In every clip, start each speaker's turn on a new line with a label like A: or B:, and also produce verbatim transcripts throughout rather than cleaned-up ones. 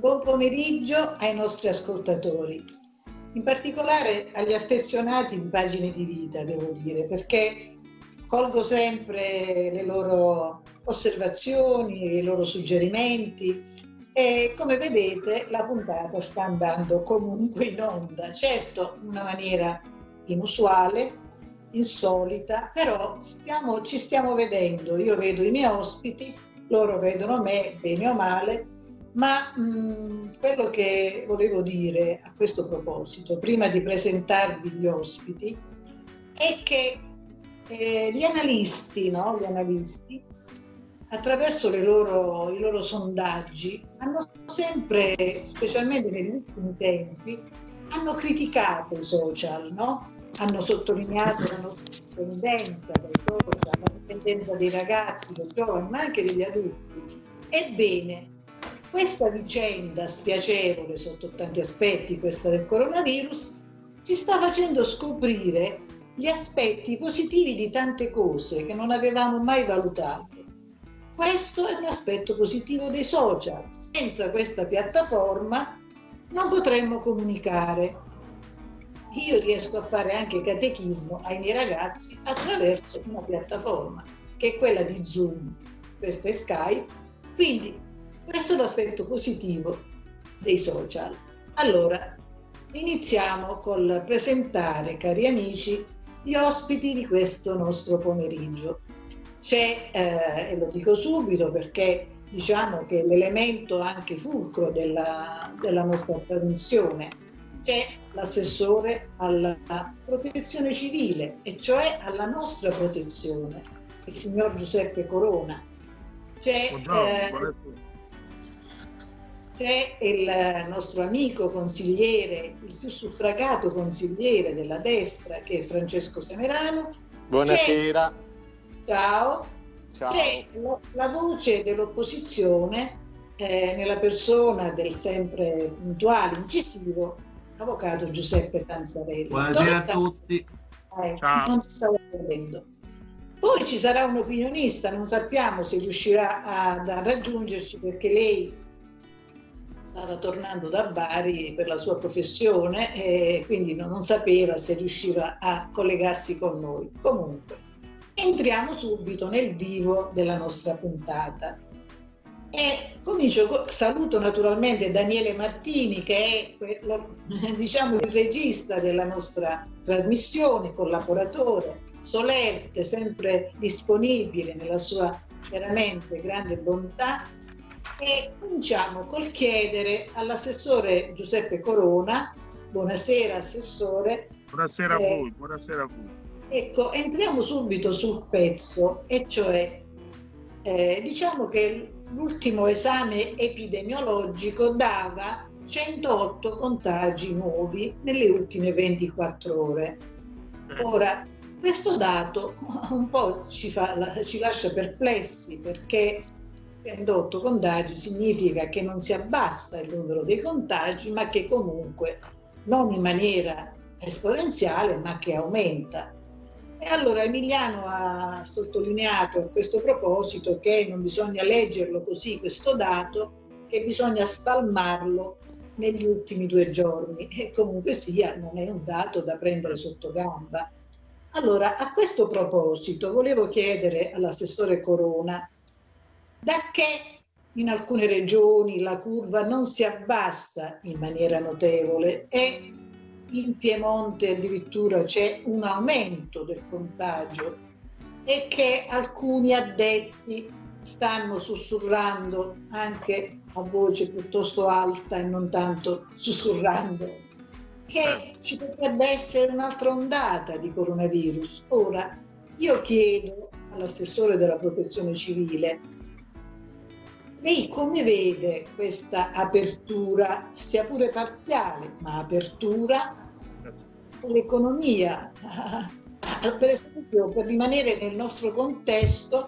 A: Buon pomeriggio ai nostri ascoltatori, in particolare agli affezionati di Pagine di Vita, devo dire, perché colgo sempre le loro osservazioni, i loro suggerimenti e come vedete la puntata sta andando comunque in onda, certo in una maniera inusuale, insolita, però stiamo, ci stiamo vedendo, io vedo i miei ospiti, loro vedono me, bene o male, ma mh, quello che volevo dire a questo proposito, prima di presentarvi gli ospiti, è che eh, gli analisti, no? Gli analisti, attraverso le loro, i loro sondaggi, hanno sempre, specialmente negli ultimi tempi, hanno criticato i social, no? Hanno sottolineato la nostra dipendenza dai social, la dipendenza dei ragazzi, dei giovani, ma anche degli adulti. Ebbene, questa vicenda spiacevole sotto tanti aspetti, questa del coronavirus, ci sta facendo scoprire gli aspetti positivi di tante cose che non avevamo mai valutato. Questo è un aspetto positivo dei social. Senza questa piattaforma non potremmo comunicare. Io riesco a fare anche catechismo ai miei ragazzi attraverso una piattaforma, che è quella di Zoom. Questa è Skype. Quindi questo è l'aspetto positivo dei social. Allora, iniziamo col presentare, cari amici, gli ospiti di questo nostro pomeriggio. C'è, eh, e lo dico subito perché diciamo che l'elemento anche fulcro della, della nostra trasmissione, c'è l'assessore alla protezione civile, e cioè alla nostra protezione, il signor Giuseppe Corona. C'è, eh, c'è il nostro amico consigliere, il più suffragato consigliere della destra, che è Francesco Semerano.
B: Buonasera.
A: C'è, ciao.
B: Ciao.
A: C'è la voce dell'opposizione eh, nella persona del sempre puntuale, incisivo avvocato Giuseppe Tanzarelli.
C: Buonasera a tutti.
A: Eh, non ti stavo vedendo. Poi ci sarà un opinionista, non sappiamo se riuscirà a, a raggiungerci perché lei stava tornando da Bari per la sua professione e quindi non, non sapeva se riusciva a collegarsi con noi. Comunque, entriamo subito nel vivo della nostra puntata. E comincio, saluto naturalmente Daniele Martini, che è quello, diciamo, il regista della nostra trasmissione, collaboratore, solerte, sempre disponibile nella sua veramente grande bontà. E cominciamo col chiedere all'assessore Giuseppe Corona. Buonasera assessore.
C: Buonasera eh, a voi, buonasera a voi.
A: Ecco, entriamo subito sul pezzo, e cioè eh, diciamo che l'ultimo esame epidemiologico dava centootto contagi nuovi nelle ultime ventiquattro ore. Ora, questo dato un po' ci, fa, ci lascia perplessi, perché centootto contagi significa che non si abbassa il numero dei contagi, ma che comunque non in maniera esponenziale, ma che aumenta. E allora Emiliano ha sottolineato a questo proposito che non bisogna leggerlo così questo dato, che bisogna spalmarlo negli ultimi due giorni, e comunque sia non è un dato da prendere sotto gamba. Allora, a questo proposito volevo chiedere all'assessore Corona da che in alcune regioni la curva non si abbassa in maniera notevole e in Piemonte addirittura c'è un aumento del contagio e che alcuni addetti stanno sussurrando anche a voce piuttosto alta e non tanto sussurrando che ci potrebbe essere un'altra ondata di coronavirus. Ora, io chiedo all'assessore della protezione civile, lei come vede questa apertura, sia pure parziale, ma apertura all'economia? Per esempio, per rimanere nel nostro contesto,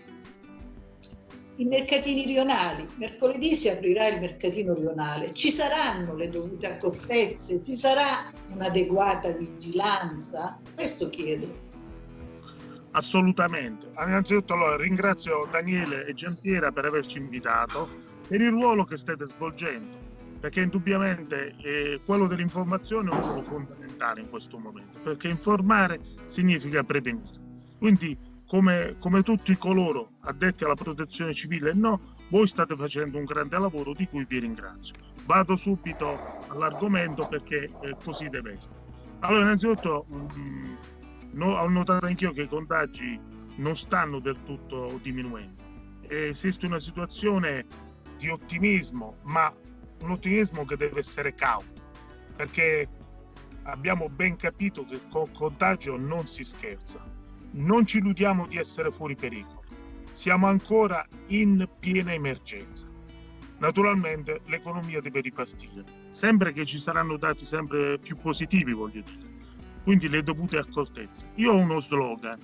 A: i mercatini rionali. Mercoledì si aprirà il mercatino rionale. Ci saranno le dovute accortezze? Ci sarà un'adeguata vigilanza? Questo chiedo.
C: Assolutamente. Innanzitutto allora, ringrazio Daniele e Giampiera per averci invitato, per il ruolo che state svolgendo. perché indubbiamente eh, quello dell'informazione è un ruolo fondamentale in questo momento, perché informare significa prevenire. Quindi come, come tutti coloro addetti alla protezione civile e no, voi state facendo un grande lavoro di cui vi ringrazio. Vado subito all'argomento perché eh, così deve essere. Allora, innanzitutto mh, no, ho notato anch'io che i contagi non stanno del tutto diminuendo. Esiste una situazione di ottimismo, ma un ottimismo che deve essere cauto, perché abbiamo ben capito che con contagio non si scherza. Non ci illudiamo di essere fuori pericolo, siamo ancora in piena emergenza. Naturalmente l'economia deve ripartire, sempre che ci saranno dati sempre più positivi, voglio dire, quindi le dovute accortezze. Io ho uno slogan: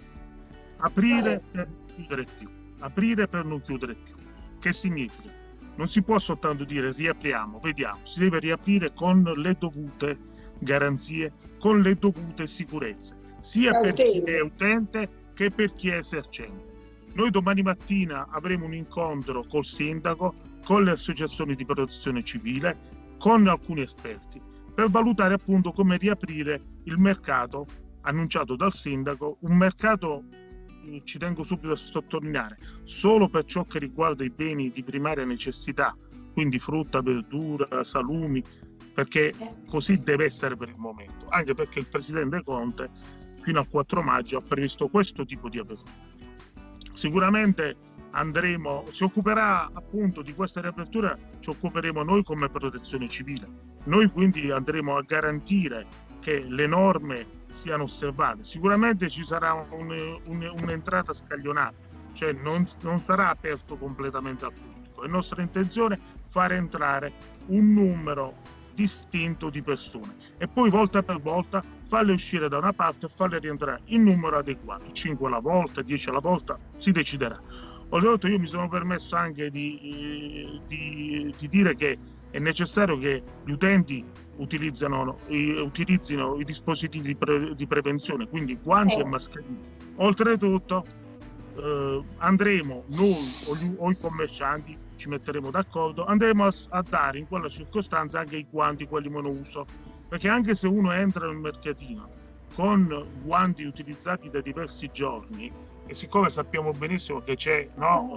C: aprire per non chiudere più, aprire per non chiudere più. Che significa? Non si può soltanto dire riapriamo, vediamo, si deve riaprire con le dovute garanzie, con le dovute sicurezze, sia per chi è utente che per chi è esercente. Noi domani mattina avremo un incontro col sindaco, con le associazioni di protezione civile, con alcuni esperti, per valutare appunto come riaprire il mercato annunciato dal sindaco, un mercato, ci tengo subito a sottolineare, solo per ciò che riguarda i beni di primaria necessità, quindi frutta, verdura, salumi, perché così deve essere per il momento, anche perché il presidente Conte fino al quattro maggio ha previsto questo tipo di apertura. Sicuramente andremo, si occuperà appunto di questa riapertura, ci occuperemo noi come protezione civile. Noi quindi andremo a garantire che le norme siano osservate. Sicuramente ci sarà un, un, un'entrata scaglionata, cioè non, non sarà aperto completamente al pubblico. È nostra intenzione fare entrare un numero distinto di persone e poi volta per volta farle uscire da una parte e farle rientrare in numero adeguato, cinque alla volta, dieci alla volta, si deciderà. Oltretutto io mi sono permesso anche di, di, di dire che è necessario che gli utenti utilizzano, utilizzino i dispositivi di, pre, di prevenzione, quindi guanti oh. e mascherine. Oltretutto eh, andremo noi o, gli, o i commercianti, ci metteremo d'accordo, andremo a, a dare in quella circostanza anche i guanti, quelli monouso, perché anche se uno entra nel mercatino con guanti utilizzati da diversi giorni, e siccome sappiamo benissimo che c'è, no,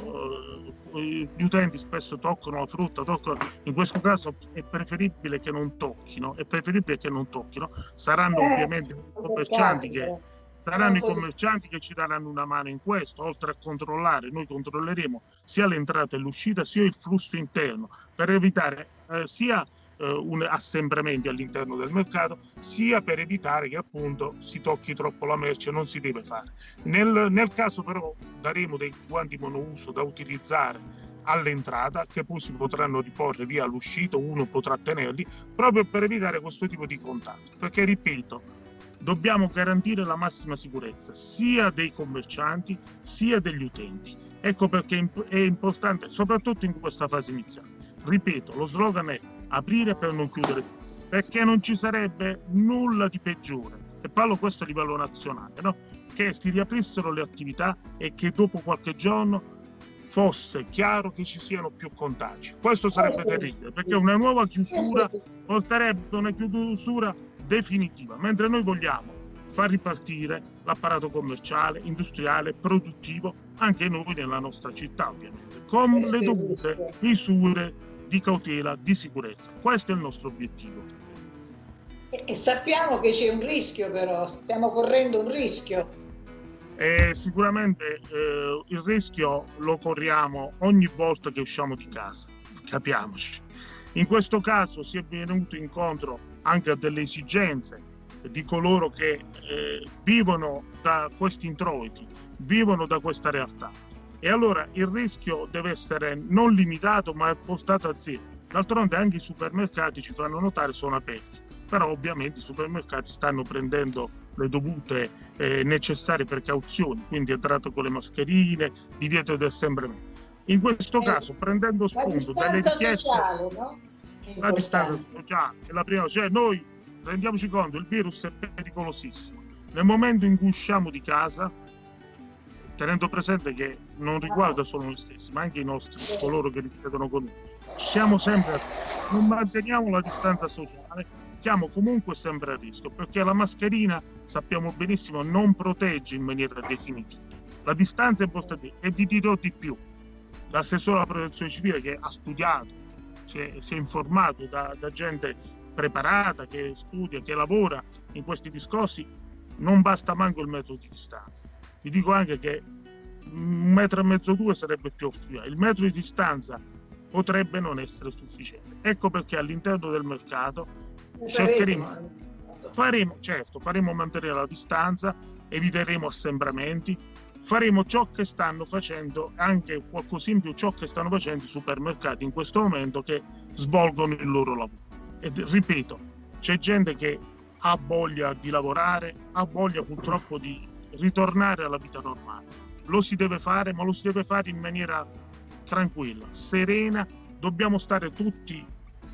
C: uh, gli utenti spesso toccano la frutta, toccano, in questo caso è preferibile che non tocchino, è preferibile che non tocchino, saranno eh, ovviamente i commercianti che saranno i commercianti che ci daranno una mano in questo, oltre a controllare, noi controlleremo sia l'entrata e l'uscita, sia il flusso interno, per evitare eh, sia eh, un assembramenti all'interno del mercato, sia per evitare che appunto si tocchi troppo la merce, non si deve fare. Nel, nel caso però daremo dei guanti monouso da utilizzare all'entrata, che poi si potranno riporre via all'uscita, uno potrà tenerli, proprio per evitare questo tipo di contatto, perché ripeto, dobbiamo garantire la massima sicurezza sia dei commercianti sia degli utenti. Ecco perché è importante, soprattutto in questa fase iniziale. Ripeto, lo slogan è aprire per non chiudere, perché non ci sarebbe nulla di peggiore, e parlo questo a livello nazionale, no? Che si riaprissero le attività e che dopo qualche giorno fosse chiaro che ci siano più contagi. Questo sarebbe terribile, perché una nuova chiusura porterebbe una chiusura definitiva, mentre noi vogliamo far ripartire l'apparato commerciale, industriale, produttivo, anche noi nella nostra città ovviamente, con le dovute misure di cautela, di sicurezza. Questo è il nostro obiettivo.
A: E, e sappiamo che c'è un rischio, però stiamo correndo un rischio.
C: E sicuramente eh, il rischio lo corriamo ogni volta che usciamo di casa, capiamoci. In questo caso si è venuto incontro anche a delle esigenze di coloro che eh, vivono da questi introiti, vivono da questa realtà. E allora il rischio deve essere non limitato, ma portato a zero. D'altronde anche i supermercati, ci fanno notare, sono aperti, però ovviamente i supermercati stanno prendendo le dovute eh, necessarie precauzioni, quindi entrato con le mascherine, divieto di assembramento. In questo eh, caso, prendendo spunto dalle richieste, sociale, no? La distanza sociale è la prima, cioè noi rendiamoci conto, il virus è pericolosissimo. Nel momento in cui usciamo di casa tenendo presente che non riguarda solo noi stessi, ma anche i nostri, coloro che risiedono con noi. Ci siamo sempre, non manteniamo la distanza sociale, siamo comunque sempre a rischio, perché la mascherina, sappiamo benissimo, non protegge in maniera definitiva. La distanza è importante, e vi dirò di più. L'assessore alla protezione civile, che ha studiato, si è, si è informato da, da gente preparata, che studia, che lavora in questi discorsi, non basta manco il metro di distanza. Vi dico anche che un metro e mezzo, due sarebbe più ottimale. Il metro di distanza potrebbe non essere sufficiente. Ecco perché all'interno del mercato cercheremo, faremo, certo, faremo mantenere la distanza, eviteremo assembramenti, faremo ciò che stanno facendo, anche qualcosa in più, ciò che stanno facendo i supermercati in questo momento, che svolgono il loro lavoro. E ripeto, c'è gente che ha voglia di lavorare, ha voglia purtroppo di ritornare alla vita normale. Lo si deve fare, ma lo si deve fare in maniera tranquilla, serena. Dobbiamo stare tutti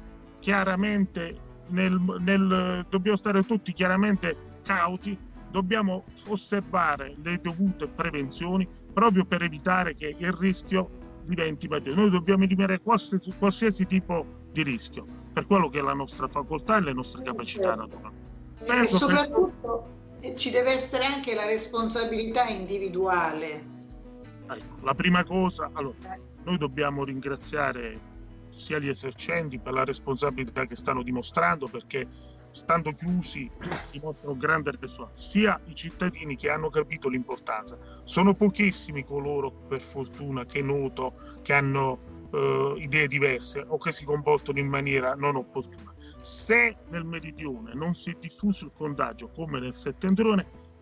C: chiaramente nel, nel dobbiamo stare tutti chiaramente cauti, dobbiamo osservare le dovute prevenzioni proprio per evitare che il rischio diventi maggiore. Noi dobbiamo eliminare qualsiasi, qualsiasi tipo di rischio, per quello che è la nostra facoltà e le nostre capacità naturali.
A: E soprattutto che... ci deve essere anche la responsabilità individuale.
C: Ecco, la prima cosa, allora, noi dobbiamo ringraziare sia gli esercenti per la responsabilità che stanno dimostrando, perché stando chiusi dimostrano grande responsabilità, sia i cittadini che hanno capito l'importanza. Sono pochissimi coloro, per fortuna, che noto, che hanno Uh, idee diverse o che si comportano in maniera non opportuna. Se nel meridione non si è diffuso il contagio come nel settentrione,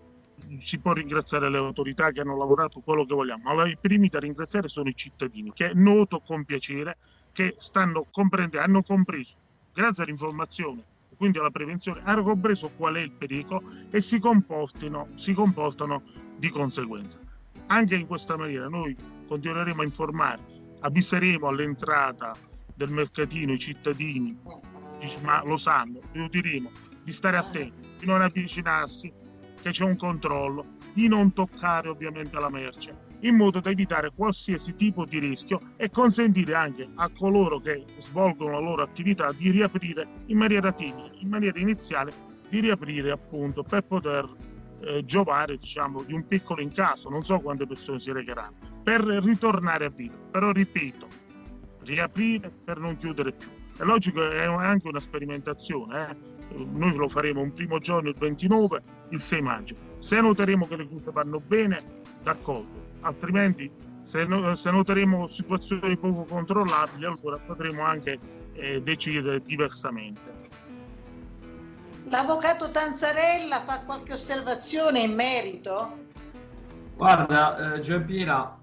C: si può ringraziare le autorità che hanno lavorato quello che vogliamo, ma i primi da ringraziare sono i cittadini, che noto con piacere che stanno comprendendo, hanno compreso, grazie all'informazione e quindi alla prevenzione, hanno compreso qual è il pericolo e si comportino, si comportano di conseguenza. Anche in questa maniera noi continueremo a informare, avviseremo all'entrata del mercatino i cittadini, ma lo sanno, lo diremo, di stare attenti, di non avvicinarsi, che c'è un controllo, di non toccare ovviamente la merce, in modo da evitare qualsiasi tipo di rischio e consentire anche a coloro che svolgono la loro attività di riaprire in maniera timida, in maniera iniziale, di riaprire appunto per poter eh, giovare, diciamo, di un piccolo incasso. Non so quante persone si recheranno, per ritornare a vivere. Però ripeto, riaprire per non chiudere più. È logico, è anche una sperimentazione, eh? Noi lo faremo un primo giorno il ventinove, il sei maggio. Se noteremo che le cose vanno bene, d'accordo, altrimenti se, no, se noteremo situazioni poco controllabili, allora potremo anche eh, decidere diversamente.
A: L'avvocato Tanzarella fa qualche osservazione in merito?
B: Guarda, eh, Giampiera,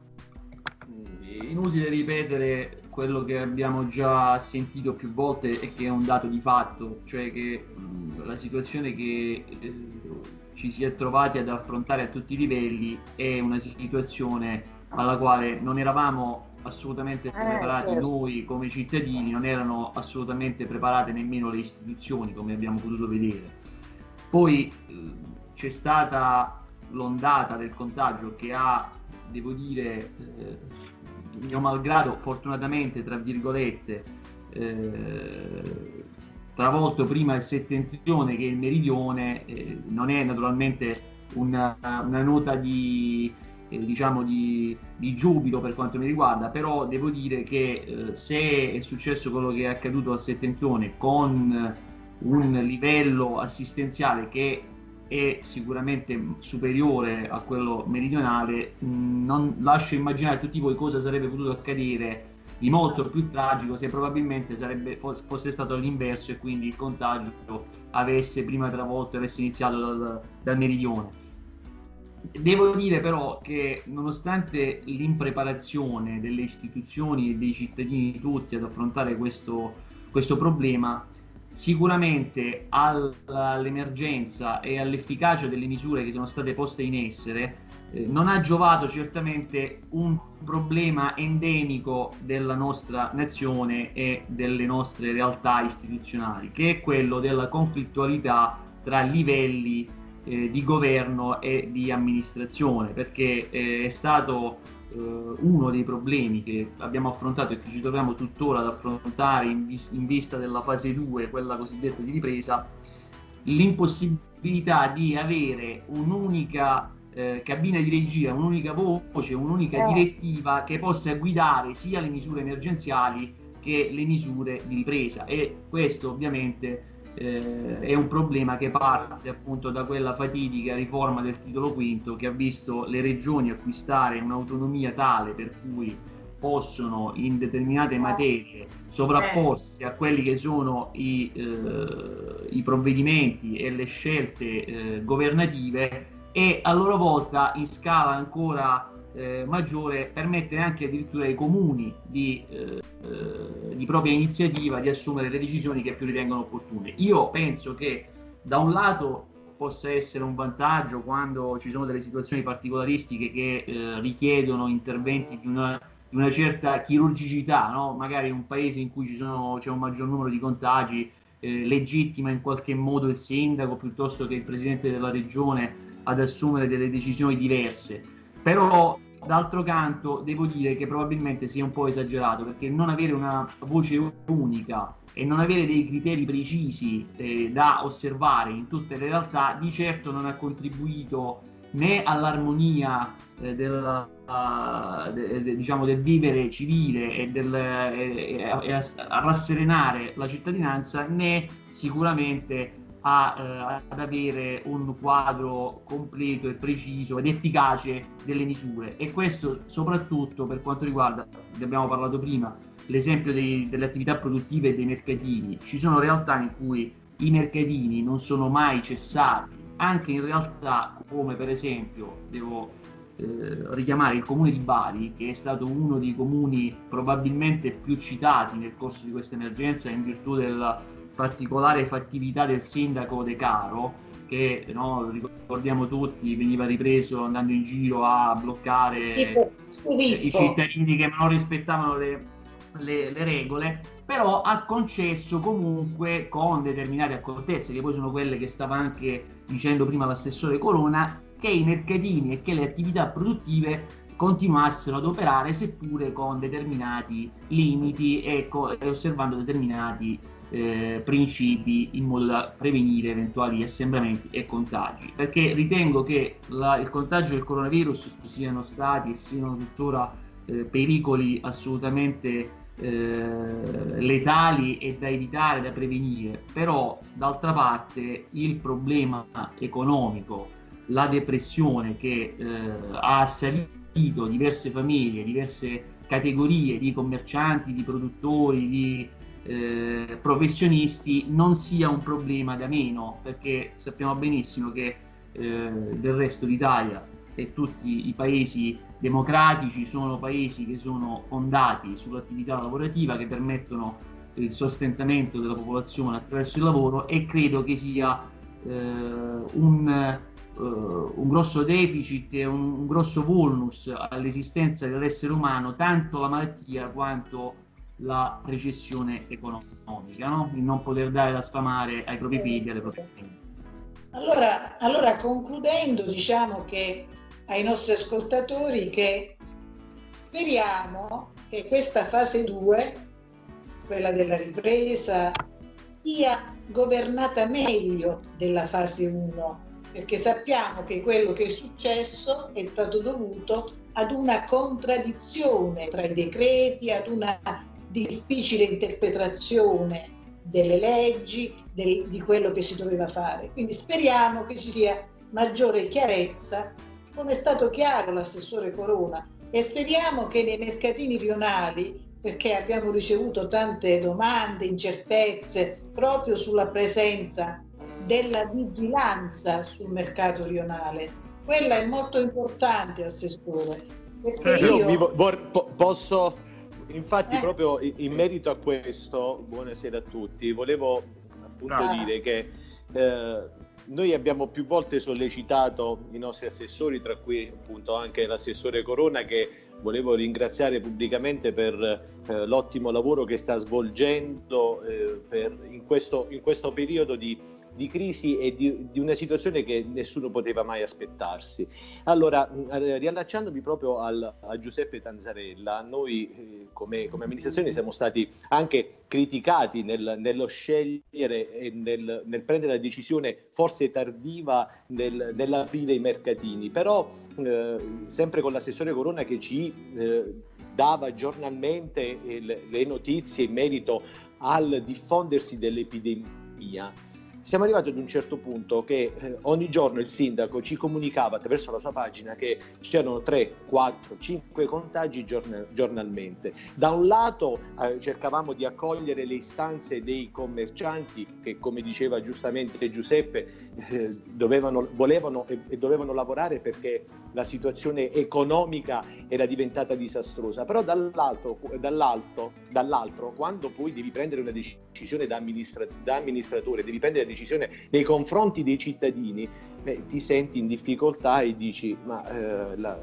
B: inutile ripetere quello che abbiamo già sentito più volte e che è un dato di fatto, cioè che mh, la situazione che eh, ci si è trovati ad affrontare a tutti i livelli è una situazione alla quale non eravamo assolutamente preparati eh, certo. Noi come cittadini, non erano assolutamente preparate nemmeno le istituzioni, come abbiamo potuto vedere. Poi eh, c'è stata l'ondata del contagio che ha, devo dire, eh, mio malgrado, fortunatamente, tra virgolette, eh, travolto prima il settentrione che il meridione. Eh, non è naturalmente una, una nota di, eh, diciamo di, di giubilo per quanto mi riguarda, però devo dire che eh, se è successo quello che è accaduto al settentrione con un livello assistenziale che è sicuramente superiore a quello meridionale, non lascio immaginare a tutti voi cosa sarebbe potuto accadere di molto più tragico se probabilmente sarebbe, fosse stato all'inverso e quindi il contagio avesse prima travolto e avesse iniziato dal, dal meridione. Devo dire però che nonostante l'impreparazione delle istituzioni e dei cittadini tutti ad affrontare questo, questo problema, sicuramente all'emergenza e all'efficacia delle misure che sono state poste in essere eh, non ha giovato certamente un problema endemico della nostra nazione e delle nostre realtà istituzionali, che è quello della conflittualità tra livelli eh, di governo e di amministrazione, perché eh, è stato eh, uno dei problemi che abbiamo affrontato e che ci troviamo tuttora ad affrontare in, vis- in vista della fase due, quella cosiddetta di ripresa, l'impossibilità di avere un'unica eh, cabina di regia, un'unica voce, un'unica direttiva che possa guidare sia le misure emergenziali che le misure di ripresa, e questo ovviamente eh, è un problema che parte appunto da quella fatidica riforma del titolo quinto, che ha visto le regioni acquistare un'autonomia tale per cui possono in determinate materie sovrapporsi a quelli che sono i, eh, i provvedimenti e le scelte eh, governative, e a loro volta in scala ancora eh, maggiore permettere anche addirittura ai comuni di, eh, eh, di propria iniziativa di assumere le decisioni che più ritengono opportune. Io penso che da un lato possa essere un vantaggio quando ci sono delle situazioni particolaristiche che eh, richiedono interventi di una, di una certa chirurgicità, no? Magari in un paese in cui ci sono, c'è un maggior numero di contagi, eh, legittima in qualche modo il sindaco piuttosto che il presidente della regione ad assumere delle decisioni diverse. Però d'altro canto devo dire che probabilmente sia un po' esagerato, perché non avere una voce unica e non avere dei criteri precisi eh, da osservare in tutte le realtà di certo non ha contribuito né all'armonia eh, del, uh, de, de, diciamo del vivere civile e, del, e, e a, a rasserenare la cittadinanza, né sicuramente A, eh, ad avere un quadro completo e preciso ed efficace delle misure. E questo soprattutto per quanto riguarda, ne abbiamo parlato prima, l'esempio dei, delle attività produttive e dei mercatini. Ci sono realtà in cui i mercatini non sono mai cessati, anche in realtà come per esempio devo eh, richiamare il comune di Bari, che è stato uno dei comuni probabilmente più citati nel corso di questa emergenza in virtù del particolare fattività del sindaco De Caro, che no, ricordiamo tutti veniva ripreso andando in giro a bloccare eh, i cittadini che non rispettavano le, le, le regole, però ha concesso comunque con determinate accortezze, che poi sono quelle che stava anche dicendo prima l'assessore Corona, che i mercatini e che le attività produttive continuassero ad operare seppure con determinati limiti e, co- e osservando determinati Eh, principi in modo da prevenire eventuali assembramenti e contagi, perché ritengo che la, il contagio del coronavirus siano stati e siano tuttora eh, pericoli assolutamente eh, letali e da evitare, da prevenire, però d'altra parte il problema economico, la depressione che eh, ha assalito diverse famiglie, diverse categorie di commercianti, di produttori, di Eh, professionisti, non sia un problema da meno, perché sappiamo benissimo che eh, del resto l'Italia e tutti i paesi democratici sono paesi che sono fondati sull'attività lavorativa, che permettono il sostentamento della popolazione attraverso il lavoro, e credo che sia eh, un, uh, un grosso deficit e un, un grosso vulnus all'esistenza dell'essere umano tanto la malattia quanto la recessione economica, no? Il non poter dare da sfamare ai propri figli e alle proprie figlie.
A: Allora, allora, concludendo, diciamo che ai nostri ascoltatori che speriamo che questa fase due, quella della ripresa, sia governata meglio della fase uno, perché sappiamo che quello che è successo è stato dovuto ad una contraddizione tra i decreti, ad una difficile interpretazione delle leggi, del, di quello che si doveva fare. Quindi speriamo che ci sia maggiore chiarezza, come è stato chiaro l'assessore Corona, e speriamo che nei mercatini rionali, perché abbiamo ricevuto tante domande, incertezze proprio sulla presenza della vigilanza sul mercato rionale. Quella è molto importante, assessore. Perché
D: io,
A: io...
D: mi vo- po- posso Infatti,
A: eh.
D: proprio in merito a questo, buonasera a tutti, volevo appunto
A: ah.
D: dire che eh, noi abbiamo più volte sollecitato i nostri assessori, tra cui appunto anche l'assessore Corona, che volevo ringraziare pubblicamente per eh, l'ottimo lavoro che sta svolgendo eh, per, in, questo, in questo periodo di, di crisi e di, di una situazione che nessuno poteva mai aspettarsi. Allora, riallacciandomi proprio al, a Giuseppe Tanzarella, noi eh, come, come amministrazione siamo stati anche criticati nel, nello scegliere e nel, nel prendere la decisione forse tardiva nel, nell'aprire i mercatini, però eh, sempre con l'assessore Corona che ci eh, dava giornalmente eh, le, le notizie in merito al diffondersi dell'epidemia. Siamo arrivati ad un certo punto che eh, ogni giorno il sindaco ci comunicava attraverso la sua pagina che c'erano tre, quattro, cinque contagi giorn- giornalmente. Da un lato eh, cercavamo di accogliere le istanze dei commercianti che, come diceva giustamente Giuseppe, eh, dovevano, volevano e, e dovevano lavorare perché la situazione economica era diventata disastrosa. Però dall'altro, dall'alto, dall'altro quando poi devi prendere una decisione da, amministra- da amministratore, devi prendere decisione nei confronti dei cittadini, beh, ti senti in difficoltà e dici ma eh, la,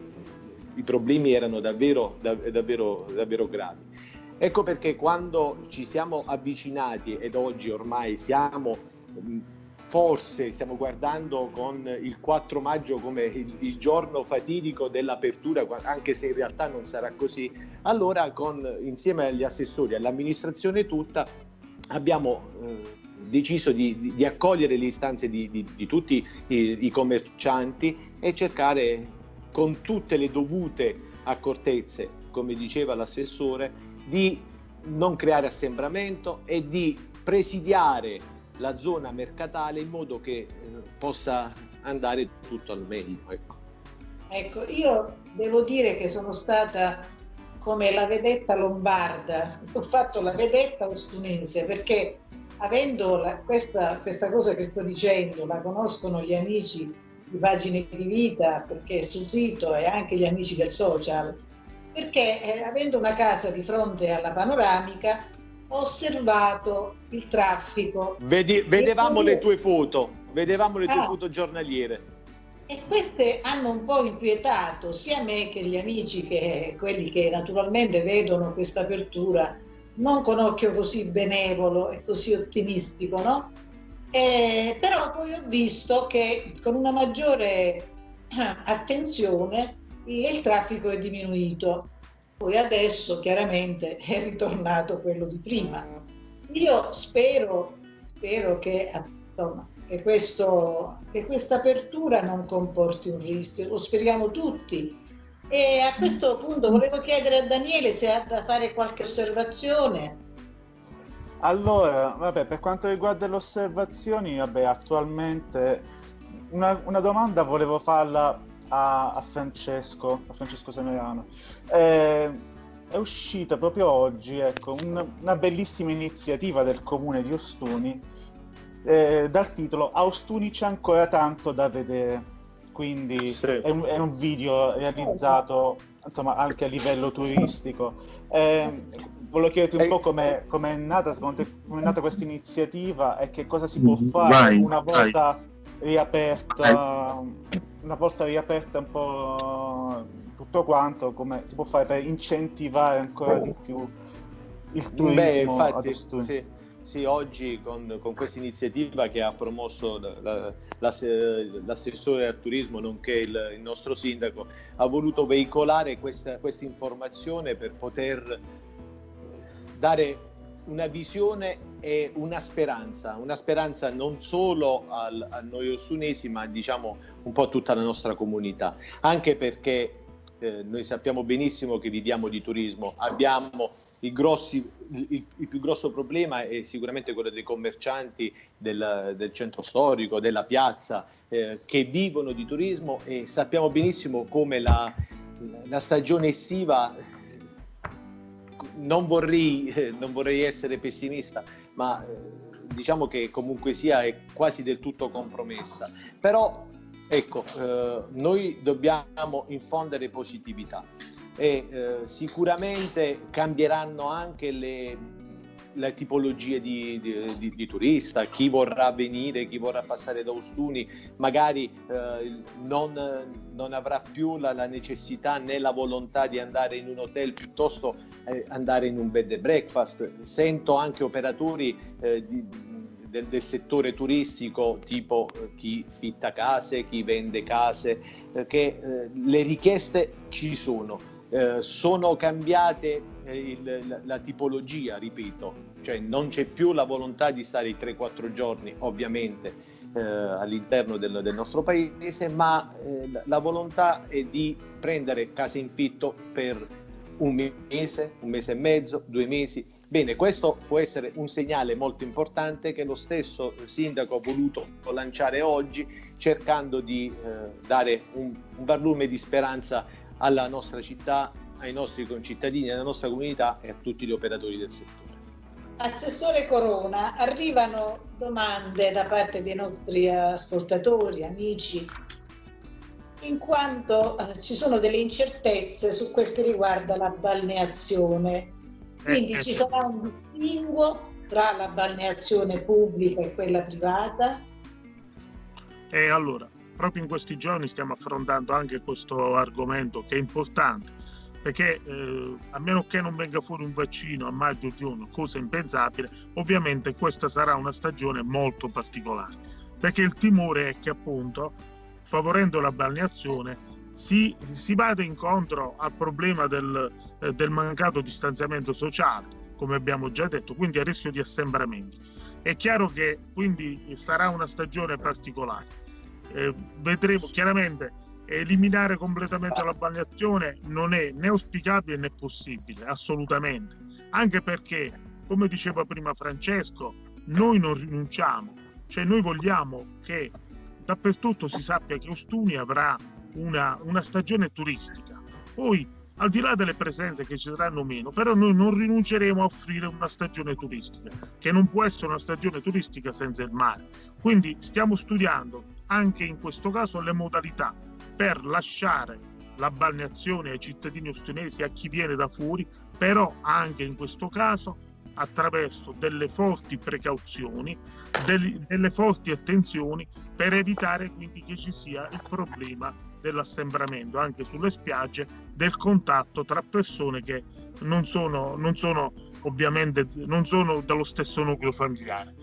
D: i problemi erano davvero, dav- davvero, davvero gravi. Ecco perché quando ci siamo avvicinati ed oggi ormai siamo, forse stiamo guardando con il quattro maggio come il, il giorno fatidico dell'apertura, anche se in realtà non sarà così, allora con, insieme agli assessori, all'amministrazione tutta, abbiamo eh, deciso di, di, di accogliere le istanze di, di, di tutti i, i commercianti e cercare con tutte le dovute accortezze, come diceva l'assessore, di non creare assembramento e di presidiare la zona mercatale in modo che eh, possa andare tutto al meglio. Ecco.
A: Ecco, io devo dire che sono stata come la vedetta lombarda, ho fatto la vedetta ostunense perché avendo la, questa, questa cosa che sto dicendo, la conoscono gli amici di Pagine di Vita, perché sul sito e anche gli amici del social, perché eh, avendo una casa di fronte alla panoramica ho osservato il traffico.
D: Vedi, vedevamo
A: poi...
D: le tue foto, vedevamo le tue
A: ah,
D: foto giornaliere.
A: E queste hanno un po' inquietato sia me che gli amici, che quelli che naturalmente vedono questa apertura non con occhio così benevolo e così ottimistico, no? E, però poi ho visto che con una maggiore attenzione il traffico è diminuito. Poi adesso chiaramente è ritornato quello di prima. Io spero, spero che, insomma, che, questo, che questa apertura non comporti un rischio, lo speriamo tutti. E a questo punto volevo chiedere a Daniele se ha da fare qualche osservazione.
E: Allora, vabbè, per quanto riguarda le osservazioni, vabbè, attualmente una, una domanda volevo farla a, a Francesco, a Francesco Semerano. Eh, è uscita proprio oggi, ecco, un, una bellissima iniziativa del comune di Ostuni eh, dal titolo "A Ostuni c'è ancora tanto da vedere". Quindi sì. è, un, è un video realizzato insomma anche a livello turistico. Eh, volevo chiederti un po' come è nata, secondo te, come è nata questa iniziativa e che cosa si può fare vai, una volta vai. riaperta, vai. una volta riaperta un po' tutto quanto, come si può fare per incentivare ancora di più il turismo.
D: Beh, infatti,
E: ad Ostuni.
D: Sì. Sì, oggi con, con questa iniziativa che ha promosso la, la, l'assessore al turismo nonché il, il nostro sindaco, ha voluto veicolare questa, questa informazione per poter dare una visione e una speranza, una speranza non solo al, a noi ostunesi ma diciamo un po' a tutta la nostra comunità, anche perché eh, noi sappiamo benissimo che viviamo di turismo, abbiamo I grossi, il, il più grosso problema è sicuramente quello dei commercianti del, del centro storico, della piazza, eh, che vivono di turismo e sappiamo benissimo come la, la stagione estiva, non vorrei, eh, non vorrei essere pessimista, ma eh, diciamo che comunque sia è quasi del tutto compromessa. Però ecco, eh, noi dobbiamo infondere positività. E eh, sicuramente cambieranno anche le, le tipologie di, di, di, di turista, chi vorrà venire, chi vorrà passare da Ostuni, magari eh, non, non avrà più la, la necessità né la volontà di andare in un hotel, piuttosto eh, andare in un bed and breakfast. Sento anche operatori eh, di, del, del settore turistico, tipo eh, chi fitta case, chi vende case, eh, che eh, le richieste ci sono. Eh, sono cambiate eh, il, la, la tipologia, ripeto, cioè non c'è più la volontà di stare i tre quattro giorni, ovviamente, eh, all'interno del, del nostro paese, ma eh, la, la volontà è di prendere case in fitto per un mese, un mese e mezzo, due mesi. Bene, questo può essere un segnale molto importante che lo stesso sindaco ha voluto lanciare oggi, cercando di eh, dare un, un barlume di speranza alla nostra città, ai nostri concittadini, alla nostra comunità e a tutti gli operatori del settore.
A: Assessore Corona, arrivano domande da parte dei nostri ascoltatori, amici, in quanto eh, ci sono delle incertezze su quel che riguarda la balneazione. Quindi ci sarà un distinguo tra la balneazione pubblica e quella privata?
C: E allora, proprio in questi giorni stiamo affrontando anche questo argomento, che è importante, perché eh, a meno che non venga fuori un vaccino a maggio-giugno, cosa impensabile, ovviamente questa sarà una stagione molto particolare, perché il timore è che appunto, favorendo la balneazione, si, si vada incontro al problema del, eh, del mancato distanziamento sociale, come abbiamo già detto, quindi a rischio di assembramenti. È chiaro che quindi sarà una stagione particolare. Eh, vedremo chiaramente, eliminare completamente la balneazione non è né auspicabile né possibile, assolutamente, anche perché, come diceva prima Francesco, noi non rinunciamo, cioè noi vogliamo che dappertutto si sappia che Ostuni avrà una, una stagione turistica. Poi, al di là delle presenze che ci saranno meno, però noi non rinunceremo a offrire una stagione turistica, che non può essere una stagione turistica senza il mare. Quindi stiamo studiando anche in questo caso le modalità per lasciare la balneazione ai cittadini ostunesi, a chi viene da fuori, però anche in questo caso attraverso delle forti precauzioni, delle, delle forti attenzioni, per evitare quindi che ci sia il problema dell'assembramento anche sulle spiagge, del contatto tra persone che non sono, non sono ovviamente non sono dallo stesso nucleo familiare.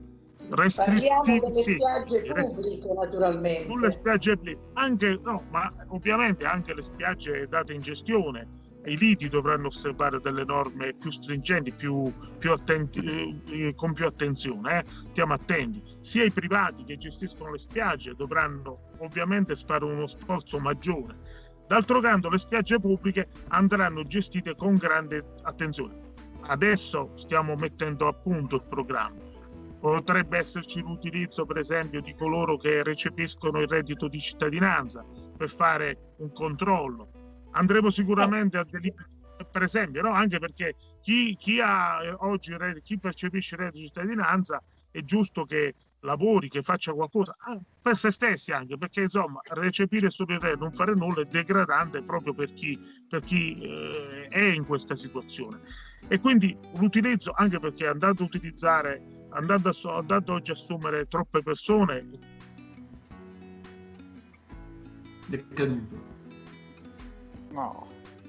A: Parliamo delle
C: sì,
A: spiagge pubbliche, naturalmente.
C: Sulle spiagge anche, no, ma ovviamente anche le spiagge date in gestione. I lidi dovranno osservare delle norme più stringenti, più, più attenti, eh, con più attenzione, eh? Stiamo attenti. Sia i privati che gestiscono le spiagge dovranno ovviamente fare uno sforzo maggiore. D'altro canto le spiagge pubbliche andranno gestite con grande attenzione. Adesso stiamo mettendo a punto il programma. Potrebbe esserci l'utilizzo, per esempio, di coloro che recepiscono il reddito di cittadinanza per fare un controllo. Andremo sicuramente a deliberare, per esempio, no? Anche perché chi, chi ha oggi chi percepisce il reddito di cittadinanza è giusto che lavori, che faccia qualcosa per se stessi, anche perché insomma recepire solo il reddito, non fare nulla è degradante proprio per chi, per chi eh, è in questa situazione. E quindi l'utilizzo, anche perché andando a utilizzare andando, a, andando oggi a assumere troppe persone
B: è caduto.
E: No.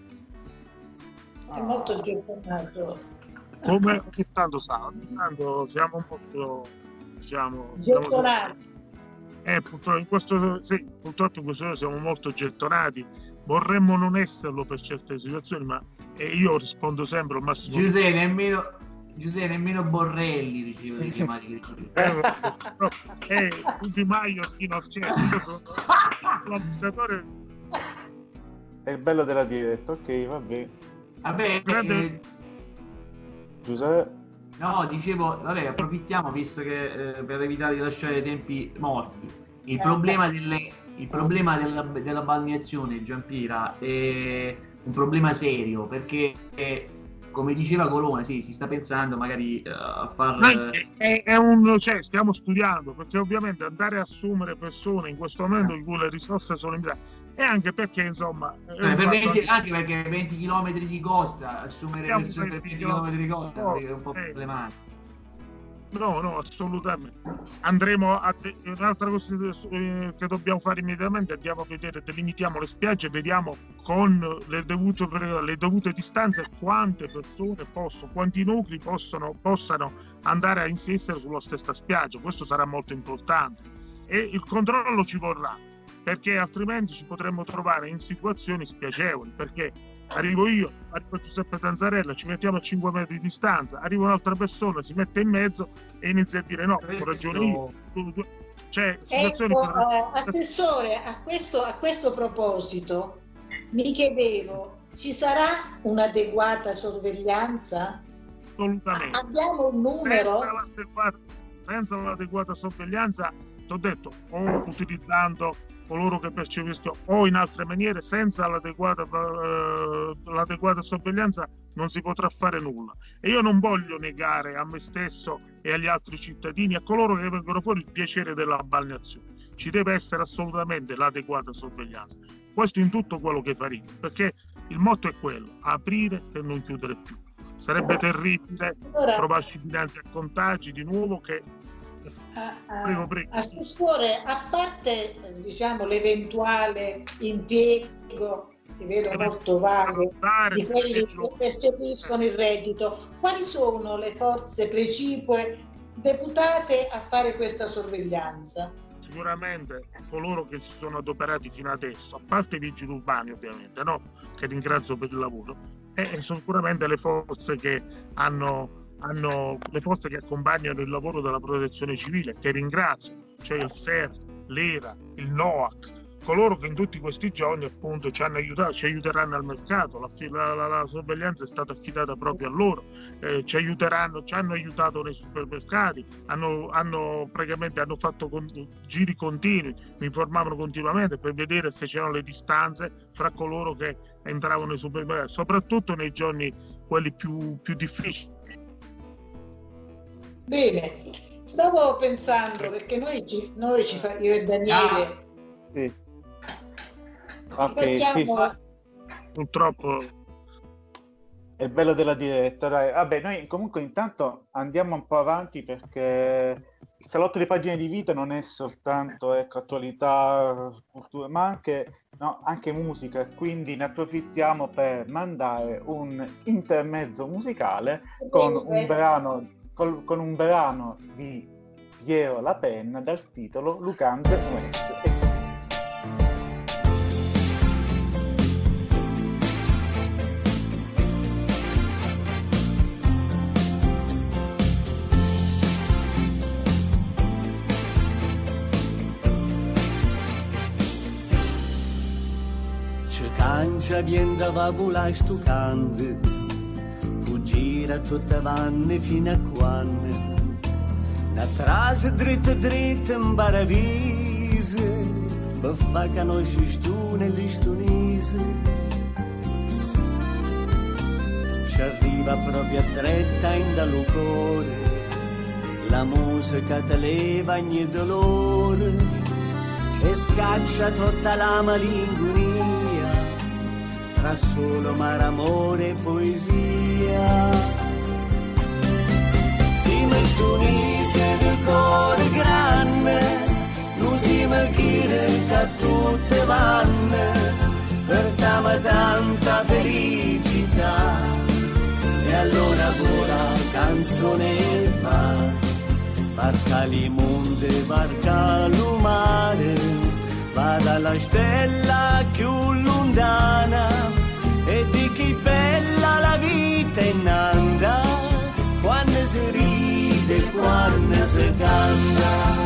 A: È ah. molto gettonato.
C: Come che tanto sa, tanto siamo un po' diciamo
A: gettonati.
C: Eh, purtroppo in questo sì, purtroppo in questo siamo molto gettonati. Vorremmo non esserlo per certe situazioni, ma eh, io rispondo sempre al massimo.
B: Giuseppe, nemmeno Giuseppe, nemmeno Borrelli ricevo dei chiamati.
C: Eh, eh, Di Maio fino a cioè, io sono l'amministratore.
E: È il bello della diretta, ok, va bene.
B: Vabbè,
C: Grande...
B: eh,
E: Giuseppe?
B: no, dicevo, vabbè, approfittiamo, visto che eh, per evitare di lasciare tempi morti. Il problema delle il problema della, della balneazione, Giampira, è un problema serio, perché come diceva Colonna, sì, si sta pensando magari uh, a far...
C: È, è un, cioè, stiamo studiando, perché ovviamente andare a assumere persone in questo momento in cui le risorse sono limitate, e anche perché, insomma...
B: Eh, per venti, anche... anche perché venti chilometri di costa, assumere persone per venti chilometri di costa no, è un po' eh. problematico.
C: No, no, assolutamente. Andremo a un'altra cosa che dobbiamo fare immediatamente, andiamo a vedere, delimitiamo le spiagge e vediamo con le dovute, le dovute distanze quante persone possono, quanti nuclei possono, possano andare a insistere sulla stessa spiaggia. Questo sarà molto importante e il controllo ci vorrà, perché altrimenti ci potremmo trovare in situazioni spiacevoli, perché arrivo io, arrivo Giuseppe Tanzarella, ci mettiamo a cinque metri di distanza, arriva un'altra persona, si mette in mezzo e inizia a dire no, ho ragione io. Cioè, situazioni
A: ecco, che... eh, Assessore, a questo, a questo proposito mi chiedevo, ci sarà un'adeguata sorveglianza?
C: Assolutamente.
A: Abbiamo un numero?
C: Senza l'adeguata, senza l'adeguata sorveglianza, ti ho detto, o utilizzando coloro che percepiscono o in altre maniere, senza l'adeguata, uh, l'adeguata sorveglianza non si potrà fare nulla. E io non voglio negare a me stesso e agli altri cittadini, a coloro che vengono fuori, il piacere della balneazione. Ci deve essere assolutamente l'adeguata sorveglianza. Questo in tutto quello che faremo, perché il motto è quello, aprire per non chiudere più. Sarebbe terribile allora, trovarci dinanzi a contagi di nuovo che...
A: Uh, prego, prego. Assessore, a parte diciamo l'eventuale impiego che vedo molto vago di quelli che percepiscono il reddito, quali sono le forze precipue deputate a fare questa sorveglianza?
C: Sicuramente coloro che si sono adoperati fino adesso, a parte i vigili urbani ovviamente, no? Che ringrazio per il lavoro, e sicuramente le forze che hanno hanno le forze che accompagnano il lavoro della protezione civile, che ringrazio, cioè il S E R, l'E R A, il NOAC, coloro che in tutti questi giorni appunto ci hanno aiutato, ci aiuteranno al mercato, la, la, la, la sorveglianza è stata affidata proprio a loro, eh, ci aiuteranno, ci hanno aiutato nei supermercati, hanno, hanno praticamente hanno fatto con, giri continui, mi informavano continuamente per vedere se c'erano le distanze fra coloro che entravano nei supermercati, soprattutto nei giorni quelli più, più difficili.
A: Bene, stavo pensando perché noi ci, noi ci fa, io e Daniele
E: ah, sì.
A: okay, facciamo...
C: sì. Purtroppo
E: è bello della diretta, dai. Vabbè, noi comunque intanto andiamo un po' avanti perché il salotto di pagine di vita non è soltanto ecco, attualità, cultura, ma anche, no, anche musica, quindi ne approfittiamo per mandare un intermezzo musicale con un brano con un brano di Piero La Penna dal titolo Lucande West.
F: C'è cancia vienda va volare stu cante, gira tutte vanne fino a quando una trase dritta dritta in paravise per fa conosci stu negli stunise ci arriva proprio a tretta in dal cuore la musica te leva ogni dolore e scaccia tutta la malinconia tra solo mare, amore e poesia. Siamo stunisi del cuore grande, non siamo chire che tutte vanno, portiamo tanta felicità. E allora vola canzone va, barca li monte, barca lo mare, va dalla stella più lontana e di che bella la vita è nanda quando si ride, quando si canta.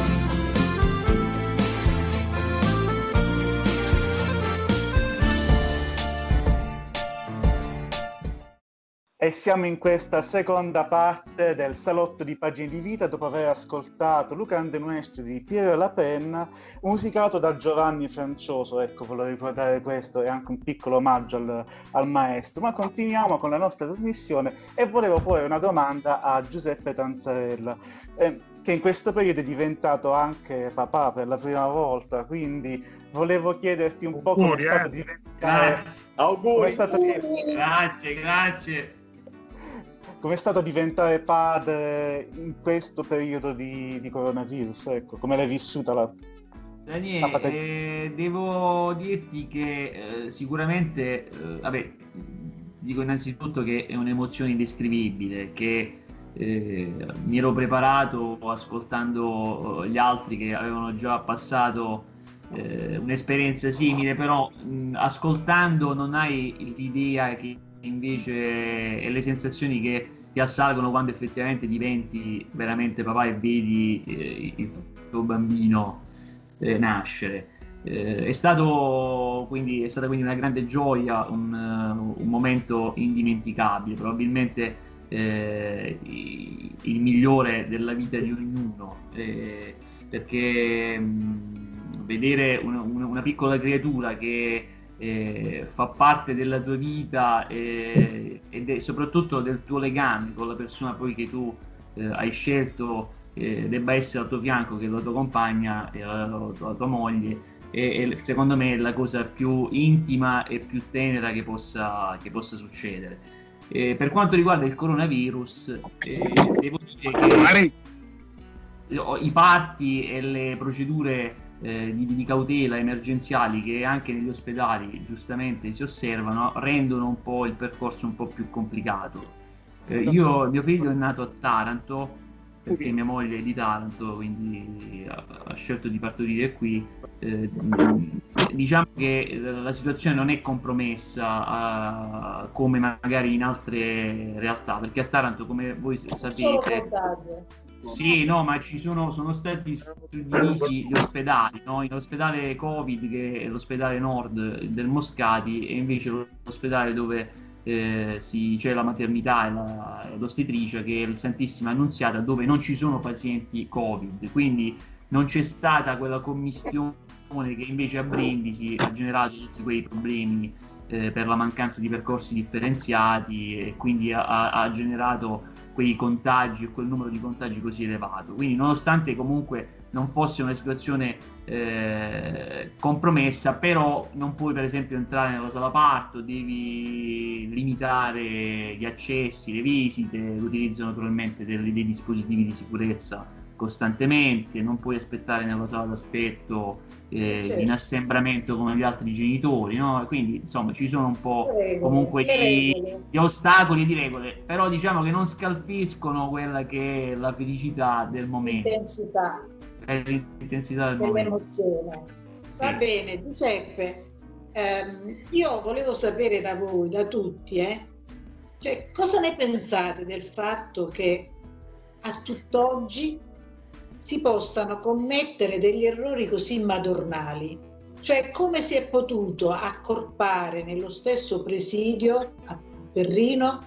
E: E siamo in questa seconda parte del Salotto di Pagine di Vita, dopo aver ascoltato Luca Andenuestri di Piero La Penna, musicato da Giovanni Francioso. Ecco, volevo ricordare questo, è anche un piccolo omaggio al, al maestro. Ma continuiamo con la nostra trasmissione e volevo porre una domanda a Giuseppe Tanzarella, eh, che in questo periodo è diventato anche papà per la prima volta, quindi volevo chiederti un po' come è stato
C: eh.
E: diventare...
D: Auguri.
E: Come è stato...
B: Grazie, grazie.
E: Com'è stato diventare padre in questo periodo di, di coronavirus? Ecco, come l'hai vissuta la,
B: Daniele,
E: la
B: eh, devo dirti che eh, sicuramente, eh, vabbè, dico innanzitutto che è un'emozione indescrivibile, che eh, mi ero preparato ascoltando gli altri che avevano già passato eh, un'esperienza simile, però mh, ascoltando non hai l'idea che invece e le sensazioni che ti assalgono quando effettivamente diventi veramente papà e vedi eh, il tuo bambino eh, nascere. Eh, è stato quindi è stata quindi una grande gioia, un, uh, un momento indimenticabile, probabilmente eh, il migliore della vita di ognuno, eh, perché mh, vedere una, una, una piccola creatura che Eh, fa parte della tua vita eh, ed è soprattutto del tuo legame con la persona poi che tu eh, hai scelto eh, debba essere al tuo fianco, che è la tua compagna e la, la, la tua moglie, e, e secondo me è la cosa più intima e più tenera che possa, che possa succedere. Eh, per quanto riguarda il coronavirus, eh, devo dire che i parti e le procedure Eh, di, di cautela emergenziali che anche negli ospedali giustamente si osservano rendono un po' il percorso un po' più complicato. Eh, io, mio figlio è nato a Taranto perché mia moglie è di Taranto, quindi ha, ha scelto di partorire qui. Eh, diciamo che la situazione non è compromessa uh, come magari in altre realtà, perché a Taranto, come voi sapete, sì, no, ma ci sono, sono stati suddivisi gli ospedali, no? L'ospedale Covid, che è l'ospedale nord del Moscati, e invece l'ospedale dove eh, si, c'è la maternità e, la, e l'ostetricia, che è il Santissima Annunziata, dove non ci sono pazienti Covid, quindi non c'è stata quella commistione che invece a Brindisi ha generato tutti quei problemi eh, per la mancanza di percorsi differenziati, e quindi ha, ha generato quei contagi e quel numero di contagi così elevato. Quindi nonostante comunque non fosse una situazione eh, compromessa, però non puoi per esempio entrare nella sala parto, devi limitare gli accessi, le visite, l'utilizzo naturalmente dei, dei dispositivi di sicurezza costantemente, non puoi aspettare nella sala d'aspetto eh, certo. in assembramento come gli altri genitori, no? Quindi insomma ci sono un po' regole, comunque di, di ostacoli e di regole, però diciamo che non scalfiscono quella che è la felicità del momento,
A: l'intensità,
B: l'intensità del
A: dell'emozione.
B: momento.
A: Va
B: sì.
A: Bene, Giuseppe, ehm, io volevo sapere da voi, da tutti, eh, cioè, cosa ne pensate del fatto che a tutt'oggi si possano commettere degli errori così madornali? Cioè, come si è potuto accorpare nello stesso presidio a Perrino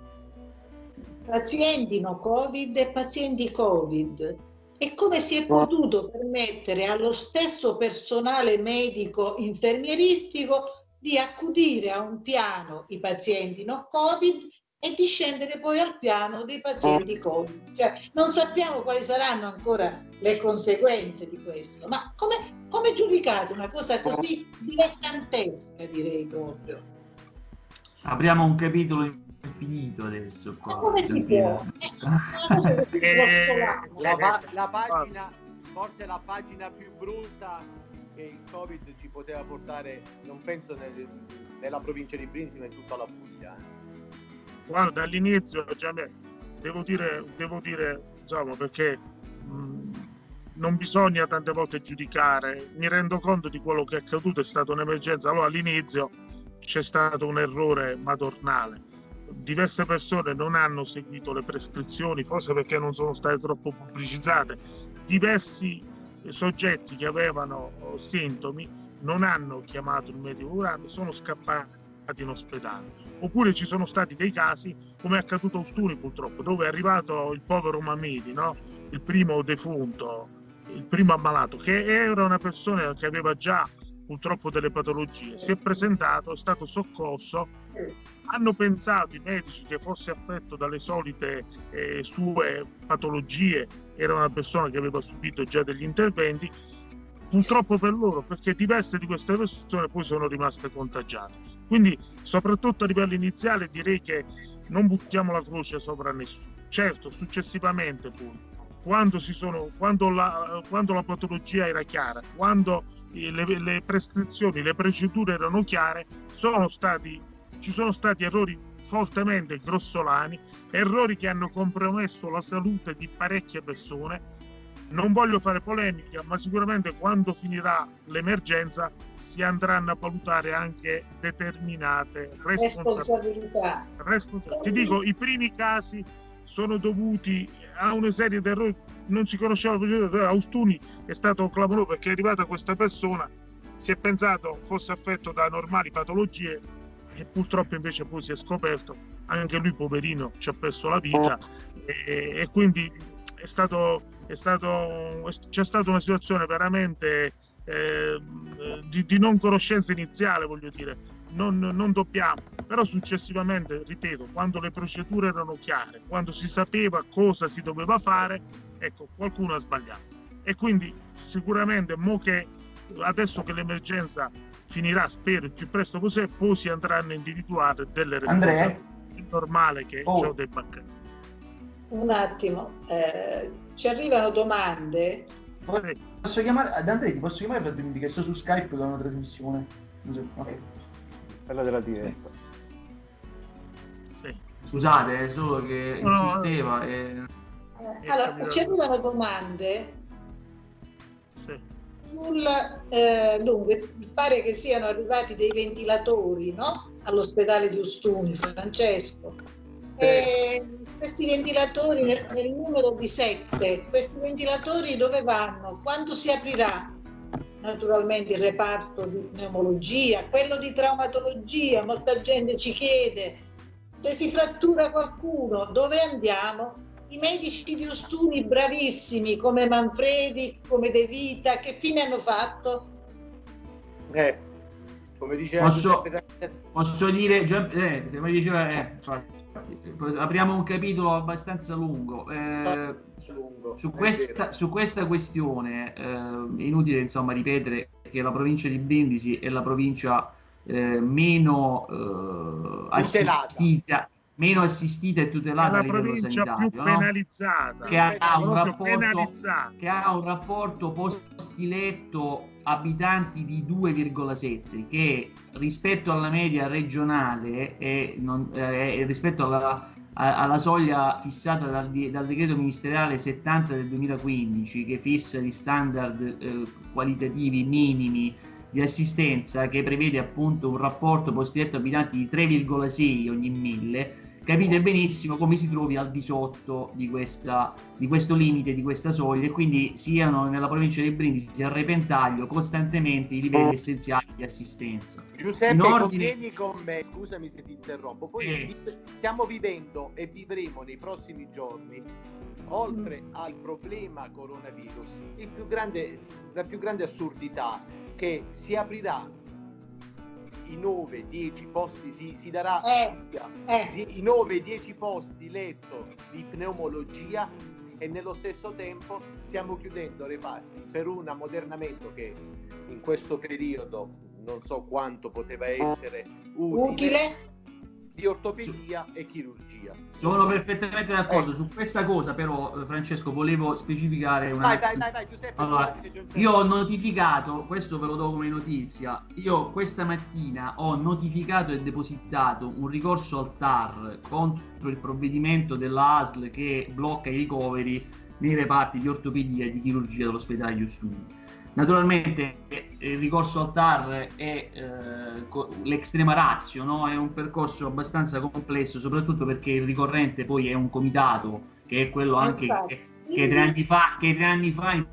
A: pazienti no Covid e pazienti Covid? E come si è potuto permettere allo stesso personale medico infermieristico di accudire a un piano i pazienti no Covid e di scendere poi al piano dei pazienti Covid? Cioè, non sappiamo quali saranno ancora le conseguenze di questo, ma come, come giudicate una cosa così dilettantesca, direi proprio?
B: Apriamo un capitolo infinito adesso qua.
A: Ma come si può?
D: Eh, la, pa- la pagina, forse la pagina più brutta che il Covid ci poteva portare, non penso nel, nella provincia di Brindisi, ma in tutta la Puglia. Eh.
C: Guarda, all'inizio, cioè, devo dire, devo dire, diciamo, perché mh, non bisogna tante volte giudicare, mi rendo conto di quello che è accaduto, è stata un'emergenza. Allora all'inizio c'è stato un errore madornale, diverse persone non hanno seguito le prescrizioni, forse perché non sono state troppo pubblicizzate, diversi soggetti che avevano sintomi non hanno chiamato il medico curante, sono scappati in ospedale. Oppure ci sono stati dei casi, come è accaduto a Ostuni purtroppo, dove è arrivato il povero Mameli, no? Il primo defunto, il primo ammalato, che era una persona che aveva già purtroppo delle patologie, si è presentato, è stato soccorso, hanno pensato i medici che fosse affetto dalle solite eh, sue patologie, era una persona che aveva subito già degli interventi, purtroppo per loro, perché diverse di queste persone poi sono rimaste contagiate. Quindi soprattutto a livello iniziale direi che non buttiamo la croce sopra nessuno. Certo, successivamente poi quando, si sono, quando, la, quando la patologia era chiara, quando le, le prescrizioni, le procedure erano chiare, sono stati, ci sono stati errori fortemente grossolani, errori che hanno compromesso la salute di parecchie persone. Non voglio fare polemica, ma sicuramente quando finirà l'emergenza si andranno a valutare anche determinate responsabilità. responsabilità. Ti dico, i primi casi sono dovuti a una serie di errori, non si conosceva la procedura. Ostuni è stato clamoroso perché è arrivata questa persona, si è pensato fosse affetto da normali patologie e purtroppo invece poi si è scoperto, anche lui poverino ci ha perso la vita e, e quindi è stato, è stato, c'è stata una situazione veramente eh, di, di non conoscenza iniziale, voglio dire. Non, non dobbiamo, però successivamente, ripeto, quando le procedure erano chiare, quando si sapeva cosa si doveva fare, ecco, qualcuno ha sbagliato. E quindi sicuramente mo che adesso che l'emergenza finirà, spero il più presto possibile, poi si andranno a individuare delle responsabilità. È normale che
B: oh.
C: ciò debba accadere.
A: Un attimo, eh, ci arrivano domande.
B: Posso chiamare Andrea, ti posso chiamare per dirmi che sto su Skype da una trasmissione? Ok.
E: Quella della diretta.
C: Sì.
B: Scusate, è solo che
C: no,
B: insisteva. E...
A: Eh, allora, ci arrivano domande
C: sì.
A: sul eh, dunque, pare che siano arrivati dei ventilatori, no? All'ospedale di Ostuni, Francesco. E questi ventilatori nel, nel numero di sette, questi ventilatori dove vanno? Quando si aprirà? Naturalmente il reparto di pneumologia, quello di traumatologia, molta gente ci chiede se si frattura qualcuno dove andiamo. I medici di Ostuni bravissimi come Manfredi, come De Vita, che fine hanno fatto?
D: Eh, come diceva
B: posso, posso dire, già, eh, come diceva, eh, apriamo un capitolo abbastanza lungo. Eh, Su questa, su questa questione eh, è inutile insomma ripetere che la provincia di Brindisi è la provincia eh, meno eh, assistita meno assistita e tutelata a livello sanitario,
C: più
B: no?
C: penalizzata,
B: che ha, un rapporto, che ha un rapporto posti-letto abitanti di due virgola sette che rispetto alla media regionale e non, eh, rispetto alla alla soglia fissata dal, dal decreto ministeriale settanta del duemilaquindici, che fissa gli standard eh, qualitativi minimi di assistenza, che prevede appunto un rapporto posti-letto abitanti di tre virgola sei ogni mille, capite benissimo come si trovi al di sotto di, questa, di questo limite, di questa soglia, e quindi siano nella provincia di Brindisi sia a repentaglio costantemente i livelli essenziali di assistenza.
D: Giuseppe,
B: in ordine...
D: convieni con me, scusami se ti interrompo, poi
B: eh.
D: stiamo vivendo e vivremo nei prossimi giorni, oltre al problema coronavirus, il più grande, la più grande assurdità, che si aprirà i nove dieci posti, si, si darà
A: eh, eh.
D: i nove dieci posti letto di pneumologia, e nello stesso tempo stiamo chiudendo reparti per un ammodernamento che in questo periodo non so quanto poteva essere utile, utile. di ortopedia e chirurgia.
B: Sono perfettamente d'accordo. Eh. Su questa cosa però, Francesco, volevo specificare una...
D: Dai, dai, dai, dai Giuseppe.
B: Allora,
D: Giuseppe.
B: Io ho notificato, questo ve lo do come notizia, io questa mattina ho notificato e depositato un ricorso al T A R contro il provvedimento della A S L che blocca i ricoveri nei reparti di ortopedia e di chirurgia dell'ospedale di Ostuni. Naturalmente il ricorso al T A R è eh, l'extrema ratio, no? È un percorso abbastanza complesso, soprattutto perché il ricorrente poi è un comitato, che è quello anche che, che tre anni fa, che tre anni fa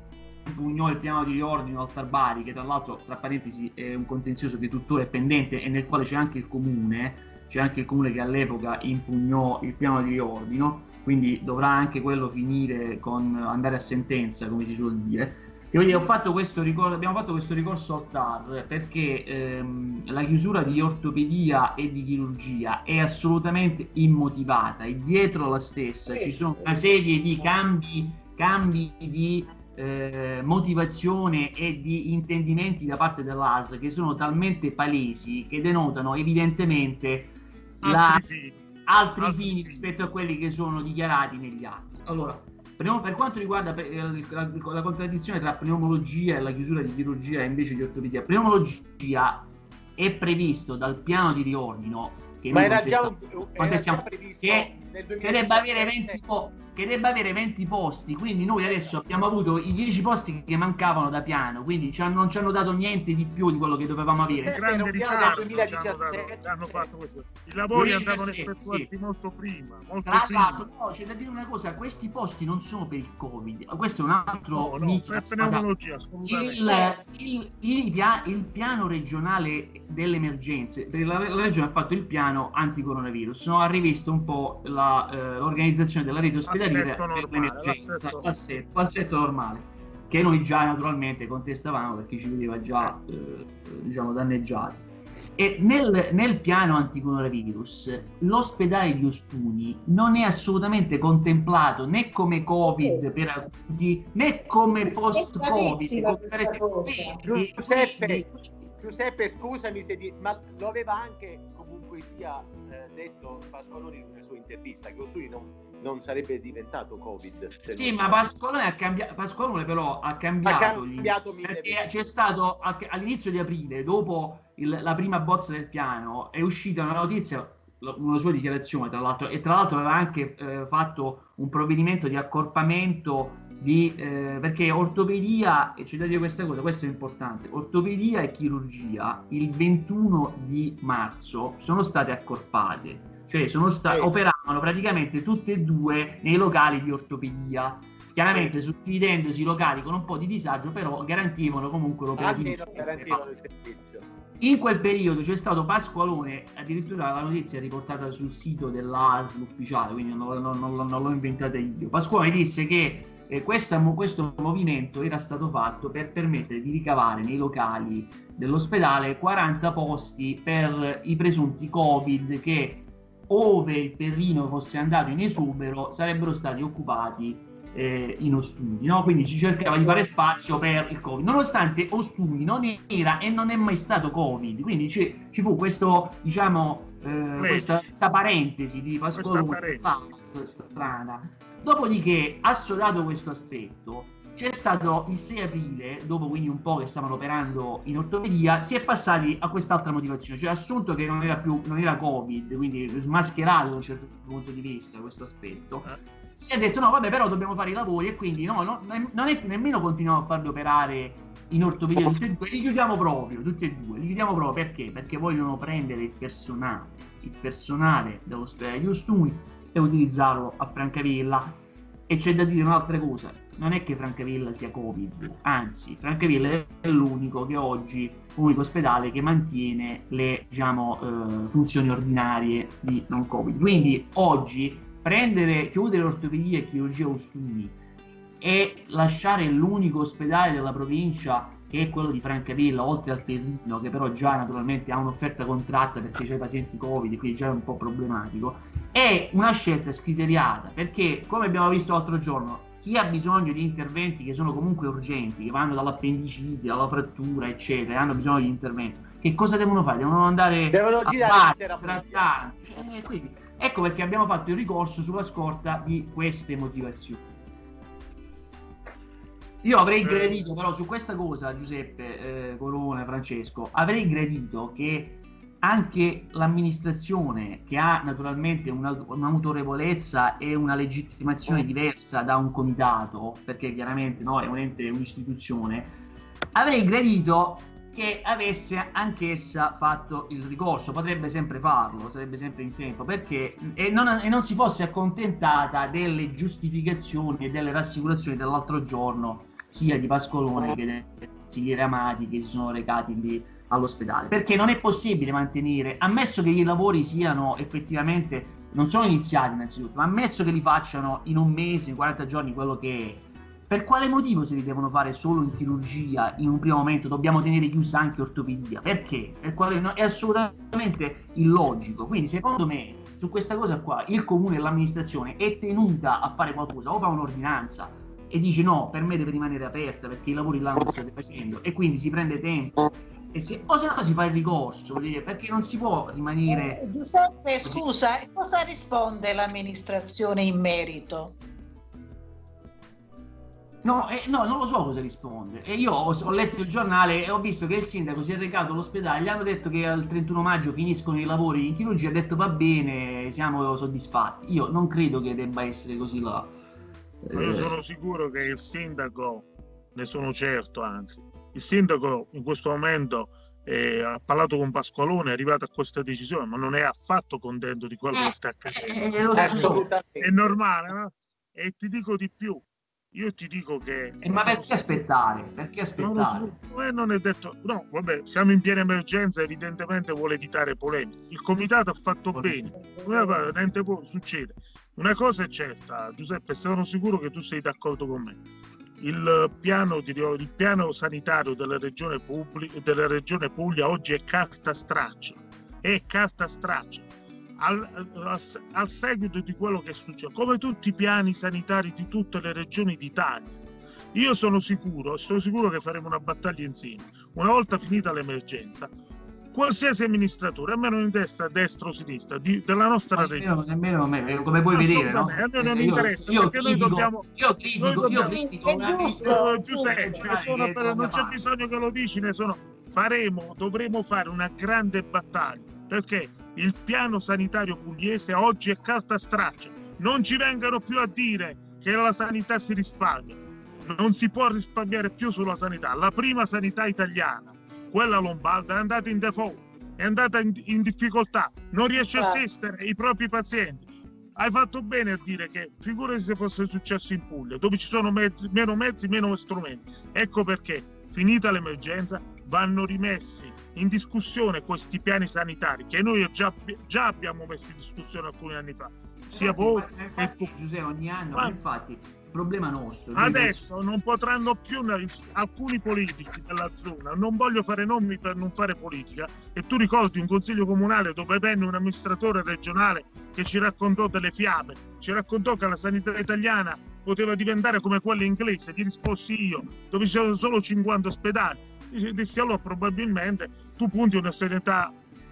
B: impugnò il piano di riordino al Tarbari, che tra l'altro, tra parentesi, è un contenzioso che tuttora è pendente e nel quale c'è anche il comune, c'è anche il comune che all'epoca impugnò il piano di riordino, quindi dovrà anche quello finire con andare a sentenza, come si suol dire. E quindi ho fatto questo ricorso, abbiamo fatto questo ricorso al T A R perché ehm, la chiusura di ortopedia e di chirurgia è assolutamente immotivata e dietro la stessa ci sono una serie di cambi, cambi di eh, motivazione e di intendimenti da parte dell'A S L che sono talmente palesi che denotano evidentemente la,
C: altri, fini.
B: altri,
C: altri
B: fini
C: fini
B: rispetto a quelli che sono dichiarati negli atti. Allora, per quanto riguarda la, la contraddizione tra pneumologia e la chiusura di chirurgia e invece di ortopedia, pneumologia è previsto dal piano di riordino che
D: ma
B: noi
D: era già, un, era già previsto
B: che,
D: nel
B: che debba avere venti po- che debba avere venti posti, quindi noi adesso abbiamo avuto i dieci posti che mancavano da piano, quindi ci hanno, non ci hanno dato niente di più di quello che dovevamo avere.
C: Un grande ritardo hanno,
D: duemiladiciassette
C: dato, hanno fatto questo. I lavori andavano effettuati sì. molto prima, molto Tra l'altro,
B: no, c'è da dire una cosa, questi posti non sono per il Covid, questo è un altro
C: no, no, per pneumologia,
B: il, il, il, pia, il piano regionale delle emergenze, la, la regione ha fatto il piano anticoronavirus, no? Ha rivisto un po' la, eh, l'organizzazione della rete ospedaliera per l'emergenza, l'assetto, l'assetto normale, che noi già naturalmente contestavamo perché ci vedeva già eh, diciamo danneggiati. E nel, nel piano anticoronavirus l'ospedale di Ostuni non è assolutamente contemplato né come Covid per acuti né come post-Covid.
D: Giuseppe, Giuseppe, scusami se di... ma lo aveva anche comunque sia eh, detto Pasqualoni in una sua intervista che Ostuni non, non sarebbe diventato Covid.
B: Sì, ma Pasqualone, ha cambiato, Pasqualone però ha cambiato,
D: ha cambiato
B: gli... perché c'è stato all'inizio di aprile, dopo il, la prima bozza del piano, è uscita una notizia, una sua dichiarazione tra l'altro, e tra l'altro aveva anche eh, fatto un provvedimento di accorpamento di, eh, perché ortopedia, e c'è da dire questa cosa, questo è importante, ortopedia e chirurgia il ventuno di marzo sono state accorpate, cioè sono sta- operavano praticamente tutte e due nei locali di ortopedia, chiaramente suddividendosi i locali con un po' di disagio, però garantivano comunque l'operatività.
D: Garantivano il servizio.
B: In quel periodo c'è stato Pasqualone, addirittura la notizia è riportata sul sito dell'A S L ufficiale, quindi non, non, non, non l'ho inventata io. Pasqualone disse che eh, questa, questo movimento era stato fatto per permettere di ricavare nei locali dell'ospedale quaranta posti per i presunti Covid che, ove il Perrino fosse andato in esubero, sarebbero stati occupati eh, in Ostuni, no? Quindi si cercava di fare spazio per il Covid, nonostante Ostuni non era e non è mai stato Covid, quindi ci, ci fu questo, diciamo, eh, questa, questa parentesi di Pasqualone strana. Dopodiché, assodato questo aspetto, c'è stato il sei aprile, dopo quindi un po' che stavano operando in ortopedia, si è passati a quest'altra motivazione, cioè assunto che non era più non era Covid, quindi smascherato da un certo punto di vista questo aspetto, si è detto no vabbè, però dobbiamo fare i lavori e quindi no, no non è nemmeno continuiamo a farli operare in ortopedia tutti e due, li chiudiamo proprio, tutti e due, li chiudiamo proprio perché? Perché vogliono prendere il personale, il personale dell'ospedale di Ostuni e utilizzarlo a Francavilla. E c'è da dire un'altra cosa, non è che Francavilla sia Covid, anzi Francavilla è l'unico che oggi, l'unico ospedale che mantiene le, diciamo, eh, funzioni ordinarie di non Covid. Quindi oggi prendere, chiudere ortopedia e chirurgia Ostuni e lasciare l'unico ospedale della provincia, che è quello di Francavilla, oltre al Perrino, che però già naturalmente ha un'offerta contratta perché c'è i pazienti Covid, quindi già è un po' problematico, è una scelta scriteriata, perché come abbiamo visto l'altro giorno, chi ha bisogno di interventi che sono comunque urgenti, che vanno dall'appendicite alla frattura eccetera, hanno bisogno di intervento, che cosa devono fare? Devono andare
D: devono
B: a
D: girare
B: a trattare, cioè, quindi, ecco perché abbiamo fatto il ricorso sulla scorta di queste motivazioni. Io avrei gradito però su questa cosa, Giuseppe, eh, Corona, Francesco, avrei gradito che anche l'amministrazione, che ha naturalmente una, un'autorevolezza e una legittimazione diversa da un comitato, perché chiaramente no, è un ente, un'istituzione, avrei gradito che avesse anch'essa fatto il ricorso, potrebbe sempre farlo, sarebbe sempre in tempo, perché e non, e non si fosse accontentata delle giustificazioni e delle rassicurazioni dell'altro giorno sia di Pascolone che dei consiglieri Amati che si sono recati lì all'ospedale, perché non è possibile mantenere, ammesso che i lavori siano effettivamente, non sono iniziati innanzitutto, ma ammesso che li facciano in un mese, in quaranta giorni, quello che è, per quale motivo se li devono fare solo in chirurgia in un primo momento dobbiamo tenere chiusa anche ortopedia? Perché? Per quale... no, è assolutamente illogico. Quindi secondo me su questa cosa qua il comune e l'amministrazione è tenuta a fare qualcosa, o fa un'ordinanza e dice no, per me deve rimanere aperta perché i lavori là non li state facendo, e quindi si prende tempo, e si... o se no si fa il ricorso, dire, perché non si può rimanere...
A: Eh, Giuseppe, scusa, cosa risponde l'amministrazione in merito?
B: No, eh, no, non lo so cosa risponde. E io ho, ho letto il giornale e ho visto che il sindaco si è recato all'ospedale, gli hanno detto che al trentuno maggio finiscono i lavori in chirurgia, ha detto va bene, siamo soddisfatti. Io non credo che debba essere così là.
C: Ma io sono sicuro che il sindaco, ne sono certo, anzi, il sindaco in questo momento eh, ha parlato con Pasqualone, è arrivato a questa decisione, ma non è affatto contento di quello che sta accadendo.
B: Eh, lo so.
C: È normale, no? E ti dico di più. Io ti dico che...
B: Eh, ma perché aspettare? Perché aspettare?
C: Non, non è detto... No, vabbè, siamo in piena emergenza, evidentemente vuole evitare polemiche. Il comitato ha fatto bene. Niente può, succede. Una cosa è certa, Giuseppe, sono sicuro che tu sei d'accordo con me. Il piano, il piano sanitario della regione, Puglia, della regione Puglia oggi è carta straccia. È carta straccia. Al, al, al seguito di quello che succede, come tutti i piani sanitari di tutte le regioni d'Italia. Io sono sicuro, sono sicuro che faremo una battaglia insieme. Una volta finita l'emergenza, qualsiasi amministratore, a me non interessa destra o sinistra, di, della nostra
B: ma
C: regione.
B: Nemmeno, nemmeno, come puoi vedere, no?
C: A me non
B: io,
C: interessa,
B: io
C: perché
B: critico,
C: noi dobbiamo...
B: Io critico,
C: noi dobbiamo,
B: io critico
A: è
B: una
A: giusto,
C: Giuseppe, ne sono per, non c'è bisogno che lo dici, ne sono... Faremo, dovremo fare una grande battaglia, perché il piano sanitario pugliese oggi è carta straccia. Non ci vengano più a dire che la sanità si risparmia. Non si può risparmiare più sulla sanità. La prima sanità italiana, quella lombarda, è andata in default, è andata in, in difficoltà, non riesce a assistere i propri pazienti. Hai fatto bene a dire che figurati se fosse successo in Puglia, dove ci sono mezzi, meno mezzi, meno strumenti. Ecco perché, finita l'emergenza, vanno rimessi in discussione questi piani sanitari che noi già, già abbiamo messo in discussione alcuni anni fa. Sia voi
B: che Giuseppe, ogni anno, ma infatti il problema nostro
C: adesso non potranno più alcuni politici della zona, non voglio fare nomi per non fare politica, e tu ricordi un consiglio comunale dove venne un amministratore regionale che ci raccontò delle fiabe, ci raccontò che la sanità italiana poteva diventare come quella inglese, gli risposi io, dove ci sono solo cinquanta ospedali. Dissi allora probabilmente tu punti a una sanità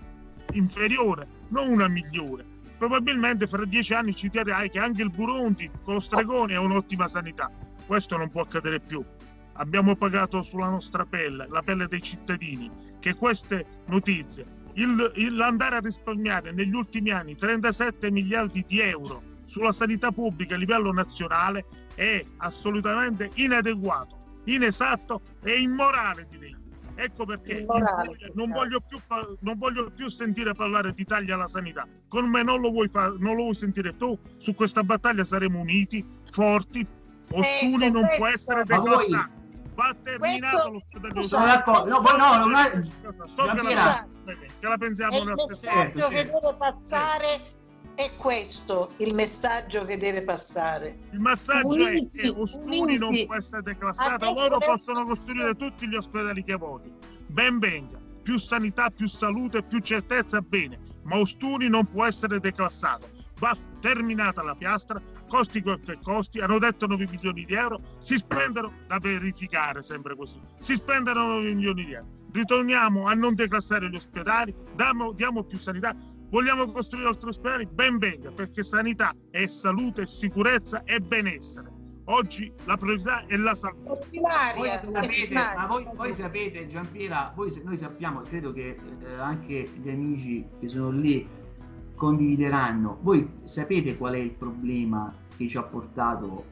C: inferiore, non una migliore. Probabilmente fra dieci anni ci dirai che anche il Burundi con lo stregone ha un'ottima sanità. Questo non può accadere più. Abbiamo pagato sulla nostra pelle, la pelle dei cittadini, che queste notizie, il, il, l'andare a risparmiare negli ultimi anni trentasette miliardi di euro sulla sanità pubblica a livello nazionale è assolutamente inadeguato, inesatto e immorale, direi. Ecco perché immorale, non, voglio più, non voglio più sentire parlare di tagli alla sanità. Con me non lo vuoi fare, non lo vuoi sentire tu. Su questa battaglia saremo uniti, forti. Ostuni non può essere declassato. Va terminato lo studio.
B: Sono d'accordo. No, no, no, no,
C: so che la, che la pensiamo
A: nella stessa maniera. Il messaggio che deve passare è questo, il messaggio che deve passare.
C: Il messaggio uniti, è che Ostuni non può essere declassata, loro è... possono costruire tutti gli ospedali che vogliono. Ben venga, più sanità, più salute, più certezza, bene, ma Ostuni non può essere declassato. Va terminata la piastra, costi quel che costi, hanno detto nove milioni di euro, si spendono, da verificare sempre così, si spendono nove milioni di euro. Ritorniamo a non declassare gli ospedali, diamo, diamo più sanità. Vogliamo costruire altri ospedali? Ben venga, perché sanità è salute, sicurezza e benessere. Oggi la priorità è la salute.
B: Voi sapete, ma voi, voi sapete, Giampiera, voi, noi sappiamo, credo che eh, anche gli amici che sono lì condivideranno. Voi sapete qual è il problema che ci ha portato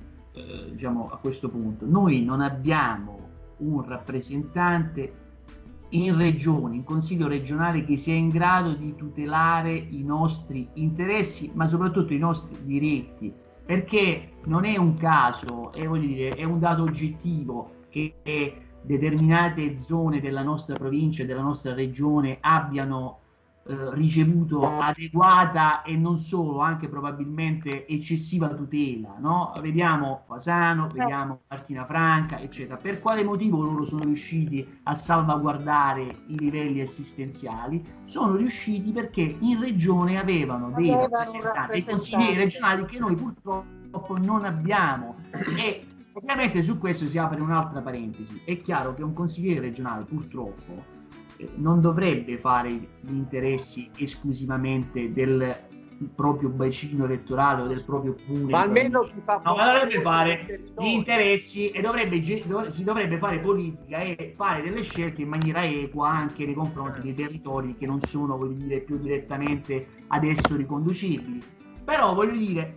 B: eh, diciamo, a questo punto? Noi non abbiamo un rappresentante in regione, in consiglio regionale, che sia in grado di tutelare i nostri interessi, ma soprattutto i nostri diritti. perché non è un caso, è, voglio dire, è un dato oggettivo che determinate zone della nostra provincia e della nostra regione abbiano eh, ricevuto adeguata e non solo, anche probabilmente eccessiva tutela, no? Vediamo Fasano, vediamo Martina Franca, eccetera. Per quale motivo loro sono riusciti a salvaguardare i livelli assistenziali? Sono riusciti perché in regione avevano dei rappresentanti, dei consiglieri regionali che noi purtroppo non abbiamo. E ovviamente su questo si apre un'altra parentesi. È chiaro che un consigliere regionale purtroppo eh, non dovrebbe fare gli interessi esclusivamente del proprio bacino elettorale o del proprio comune,
D: ma almeno si fa
B: no, ma dovrebbe fare gli interessi e dovrebbe, si dovrebbe fare politica e fare delle scelte in maniera equa anche nei confronti dei territori che non sono, voglio dire, più direttamente adesso riconducibili. Però voglio dire,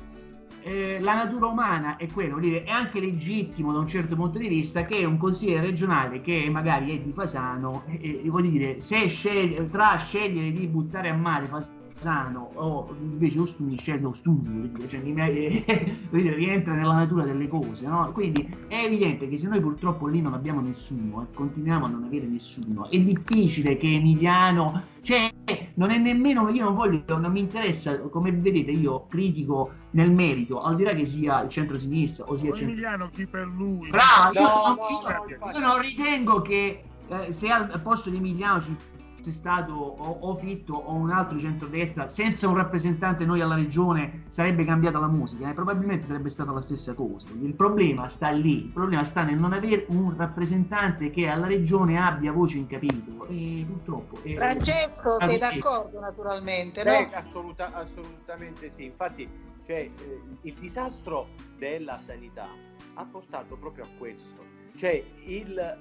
B: Eh, la natura umana è quello, dire, è anche legittimo da un certo punto di vista che un consigliere regionale che magari è di Fasano, eh, eh, voglio dire, se sceglie, tra scegliere di buttare a mare Fasano o invece Ostuni, sceglie Ostuni, cioè, eh, dire, rientra nella natura delle cose, no? Quindi è evidente che se noi purtroppo lì non abbiamo nessuno e continuiamo a non avere nessuno, è difficile che Emiliano, cioè non è nemmeno, io non voglio, non mi interessa, come vedete io critico nel merito, al di là che sia il centro-sinistra o sia il centro
C: Emiliano chi per lui.
B: Bravo, io,
D: no,
B: non,
D: no,
B: io,
D: no,
B: io non ritengo che eh, se al posto di Emiliano ci fosse stato o, o Fitto o un altro centrodestra senza un rappresentante noi alla regione sarebbe cambiata la musica, eh? Probabilmente sarebbe stata la stessa cosa. Il problema sta lì, il problema sta nel non avere un rappresentante che alla regione abbia voce in capitolo e purtroppo eh,
A: Francesco, sei d'accordo naturalmente, no?
D: Beh, assoluta, assolutamente sì, infatti cioè, eh, il disastro della sanità ha portato proprio a questo, cioè il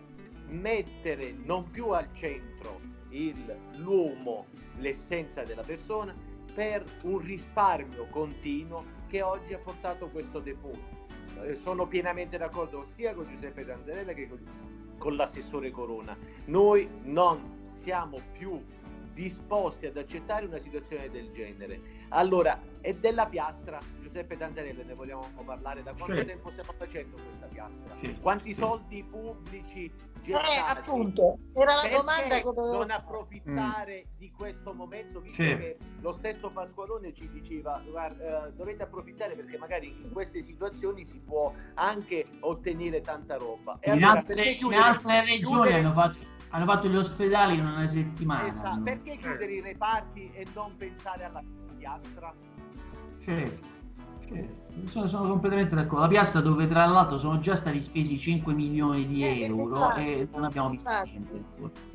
D: mettere non più al centro il, l'uomo, l'essenza della persona, per un risparmio continuo che oggi ha portato questo defunto. Eh, sono pienamente d'accordo sia con Giuseppe Tanzarella che con, con l'assessore Corona. Noi non siamo più disposti ad accettare una situazione del genere. Allora, e della piastra, Giuseppe Tanzarella, ne vogliamo parlare? Da quanto sì. tempo stiamo facendo questa piastra? Sì. Quanti sì. soldi pubblici gettati?
A: Eh, appunto, era la domanda che dovevo...
D: non approfittare mm. di questo momento, visto sì. che lo stesso Pasqualone ci diceva, guarda, eh, dovete approfittare perché magari in queste situazioni si può anche ottenere tanta roba. E
B: in,
D: allora,
B: altre, in altre regioni chiudere... hanno fatto hanno fatto gli ospedali in una settimana.
D: Esatto. No? Perché chiudere i reparti e non pensare alla piastra?
B: Certo, certo. Sono, sono completamente d'accordo. La piastra dove tra l'altro sono già stati spesi cinque milioni di
A: eh,
B: euro
A: esatto.
B: e non abbiamo visto
A: esatto.
B: niente.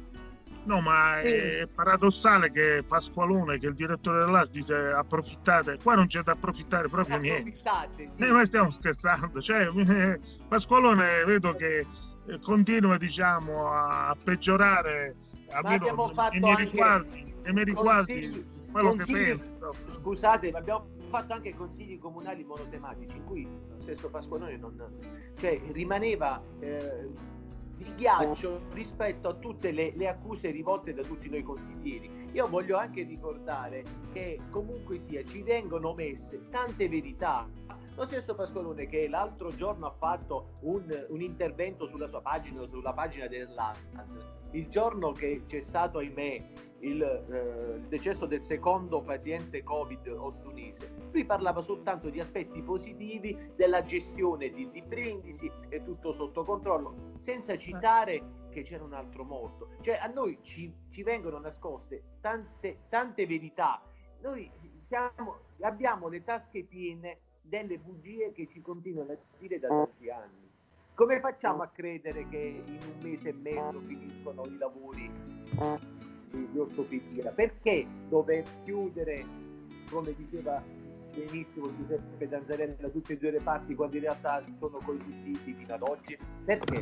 C: No, ma è paradossale che Pasqualone, che è il direttore dell'A S, dice approfittate. Qua non c'è da approfittare proprio niente. Sì. Eh, ma stiamo scherzando. Cioè, eh, Pasqualone vedo che continua, diciamo, a peggiorare, almeno nei miei riguardi, nei miei riguardi quello che penso.
D: Scusate, ma abbiamo fatto anche consigli comunali monotematici in cui lo stesso Pasqualone non, cioè, rimaneva eh, di ghiaccio rispetto a tutte le, le accuse rivolte da tutti noi consiglieri. Io voglio anche ricordare che comunque sia ci vengono messe tante verità. Lo stesso Pasqualone che l'altro giorno ha fatto un, un intervento sulla sua pagina, sulla pagina dell'A S, il giorno che c'è stato, ahimè, il, eh, il decesso del secondo paziente Covid ostunese, lui parlava soltanto di aspetti positivi della gestione di, di Brindisi e tutto sotto controllo, senza citare che c'era un altro morto. Cioè a noi ci, ci vengono nascoste tante, tante verità. Noi siamo, abbiamo le tasche piene delle bugie che ci continuano a dire da tanti anni. Come facciamo a credere che in un mese e mezzo finiscono i lavori di ortopedia? Perché dover chiudere, come diceva benissimo Giuseppe Tanzarella, tutti e due le parti quando in realtà sono coesistiti fino ad oggi? Perché?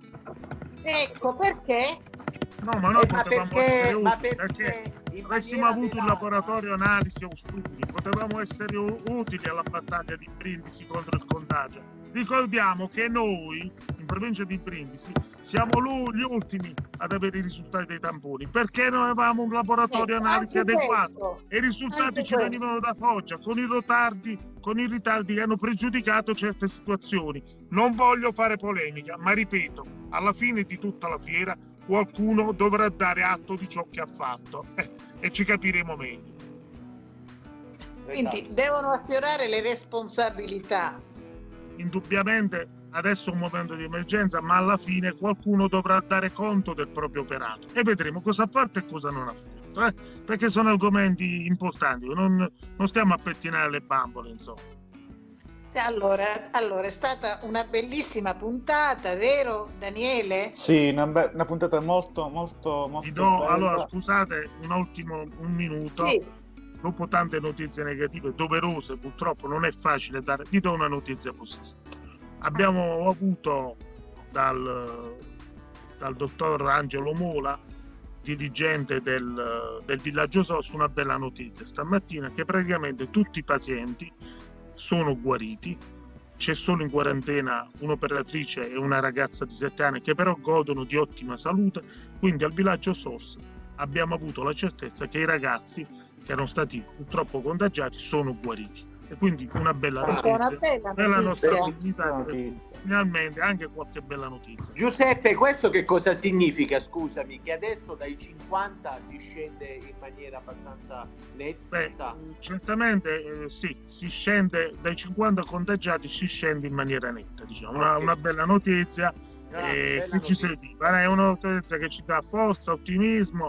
A: Ecco, perché?
C: No, ma noi
D: eh,
C: potevamo
D: perché,
C: essere utili,
D: perché,
C: perché avessimo avuto un laboratorio analisi o studi, potevamo essere utili alla battaglia di Brindisi contro il contagio. Ricordiamo che noi, in provincia di Brindisi, siamo gli ultimi ad avere i risultati dei tamponi, perché non avevamo un laboratorio
A: eh,
C: analisi adeguato e i risultati ci
A: questo.
C: venivano da Foggia con i ritardi, con i ritardi che hanno pregiudicato certe situazioni. Non voglio fare polemica, ma ripeto, alla fine di tutta la fiera qualcuno dovrà dare atto di ciò che ha fatto eh, e ci capiremo meglio.
A: Quindi devono affiorare le responsabilità.
C: Indubbiamente adesso è un momento di emergenza, ma alla fine qualcuno dovrà dare conto del proprio operato e vedremo cosa ha fatto e cosa non ha fatto, eh? Perché sono argomenti importanti, non, non stiamo a pettinare le bambole, insomma.
A: Allora, allora, è stata una bellissima puntata, vero Daniele?
E: Sì, una, be- una puntata molto, molto, molto
C: Ti do,
E: bella.
C: allora, scusate, un ultimo un minuto.
A: Sì.
C: Dopo tante notizie negative, doverose, purtroppo non è facile dare, vi do una notizia positiva. Abbiamo avuto dal, dal dottor Angelo Mola, dirigente del, del Villaggio Sos, una bella notizia stamattina, che praticamente tutti i pazienti sono guariti. C'è solo in quarantena un'operatrice e una ragazza di sette anni che però godono di ottima salute, quindi al Villaggio Sos abbiamo avuto la certezza che i ragazzi che erano stati purtroppo contagiati sono guariti, e quindi una bella notizia,
A: una bella
C: nella
A: notizia.
C: nostra comunità, finalmente anche qualche bella notizia.
D: Giuseppe, questo che cosa significa, scusami, che adesso dai cinquanta si scende in maniera abbastanza netta?
C: Beh, certamente eh, sì, si scende dai cinquanta contagiati, si scende in maniera netta, diciamo. Una,
D: Okay.
C: una bella notizia,
D: Ah,
C: eh,
D: bella
C: che ci
D: notizia.
C: sentiva, è una notizia che ci dà forza, ottimismo,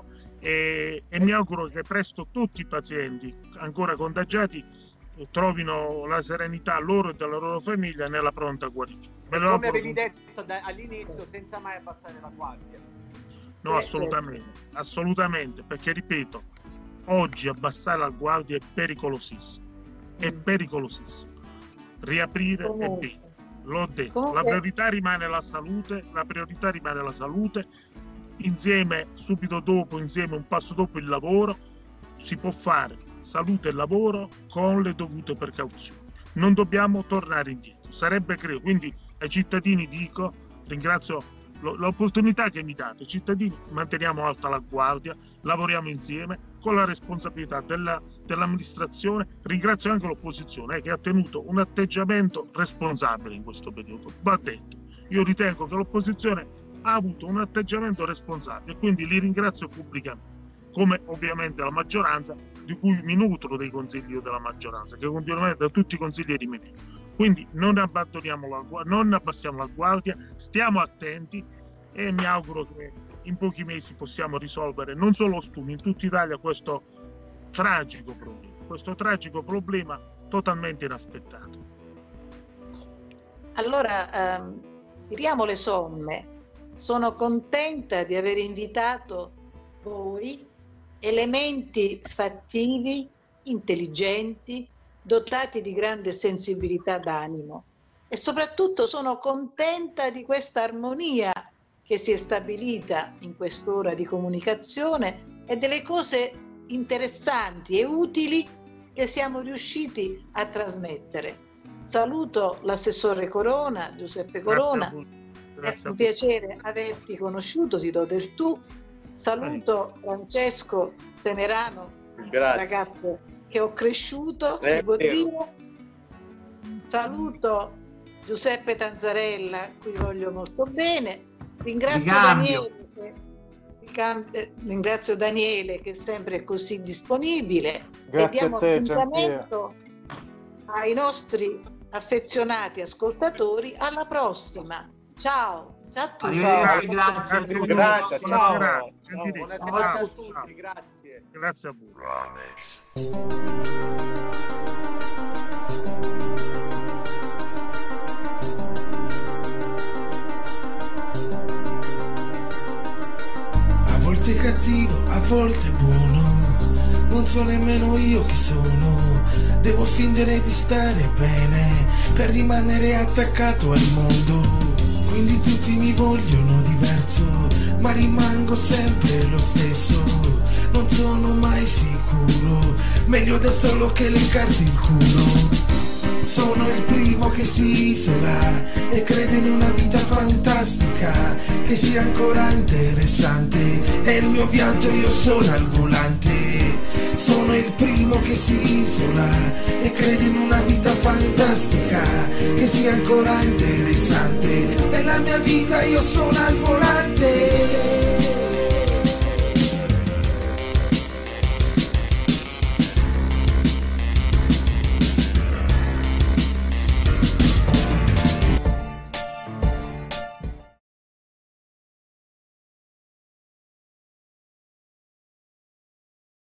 C: e, e mi auguro che presto tutti i pazienti ancora contagiati eh, trovino la serenità loro e della loro famiglia nella pronta guarigione. Me lo
D: Come
C: auguro
D: avevi
C: con-
D: detto da- all'inizio, senza mai abbassare la guardia.
C: No, assolutamente, assolutamente, perché ripeto, oggi abbassare la guardia è pericolosissimo, è
A: Mm.
C: pericolosissimo. Riaprire è
A: Comunque.
C: bene, l'ho detto,
A: Comunque-
C: la priorità rimane la salute, la priorità rimane la salute, insieme, subito dopo, insieme un passo dopo il lavoro, si può fare salute e lavoro con le dovute precauzioni. Non dobbiamo tornare indietro, sarebbe credo, quindi ai cittadini dico, ringrazio l- l'opportunità che mi date, cittadini, manteniamo alta la guardia, lavoriamo insieme con la responsabilità della, dell'amministrazione. Ringrazio anche l'opposizione eh, che ha tenuto un atteggiamento responsabile in questo periodo, va detto. Io ritengo che l'opposizione ha avuto un atteggiamento responsabile, quindi li ringrazio pubblicamente, come ovviamente la maggioranza, di cui mi nutro dei consigli della maggioranza, che continuamente da tutti i consiglieri mi dicono. Quindi non abbandoniamo la guardia, non abbassiamo la guardia, stiamo attenti e mi auguro che in pochi mesi possiamo risolvere non solo Ostuni, in tutta Italia questo tragico problema, questo tragico problema totalmente inaspettato.
A: Allora, ehm, tiriamo le somme. Sono contenta di aver invitato voi, elementi fattivi, intelligenti, dotati di grande sensibilità d'animo, e soprattutto sono contenta di questa armonia che si è stabilita in quest'ora di comunicazione e delle cose interessanti e utili che siamo riusciti a trasmettere. Saluto l'assessore Corona, Giuseppe Corona.
C: Grazie
A: È
C: a
A: un
C: voi.
A: piacere averti conosciuto, ti do del tu. Saluto Francesco Semerano,
D: Grazie.
A: ragazzo che ho cresciuto,
D: È
A: si può
D: vero.
A: dire. Saluto Giuseppe Tanzarella, cui voglio molto bene. Ringrazio
B: Ricambio.
A: Daniele, che, ricam- eh, ringrazio Daniele che è sempre così disponibile.
E: Grazie
A: e diamo
E: a te,
A: appuntamento ai nostri affezionati ascoltatori alla prossima. Ciao, ciao a tutti.
B: Arrivederci, grazie.
C: Grazie,
B: Buona
D: Grazie,
C: buona
D: ciao.
C: serata,
D: Ciao,
C: gentilissimo.
D: buona serata a
C: Ciao,
D: tutti,
C: ciao.
D: grazie.
C: Grazie a voi.
G: A volte cattivo, a volte buono, non so nemmeno io chi sono. Devo fingere di stare bene per rimanere attaccato al mondo. Quindi tutti mi vogliono diverso, ma rimango sempre lo stesso. Non sono mai sicuro, meglio da solo che leccarti il culo. Sono il primo che si isola e crede in una vita fantastica. fantastica, che sia ancora interessante. È il mio viaggio, io sono al volante. Sono il primo che si isola e crede in una vita fantastica, che sia ancora interessante. Nella mia vita io sono al volante.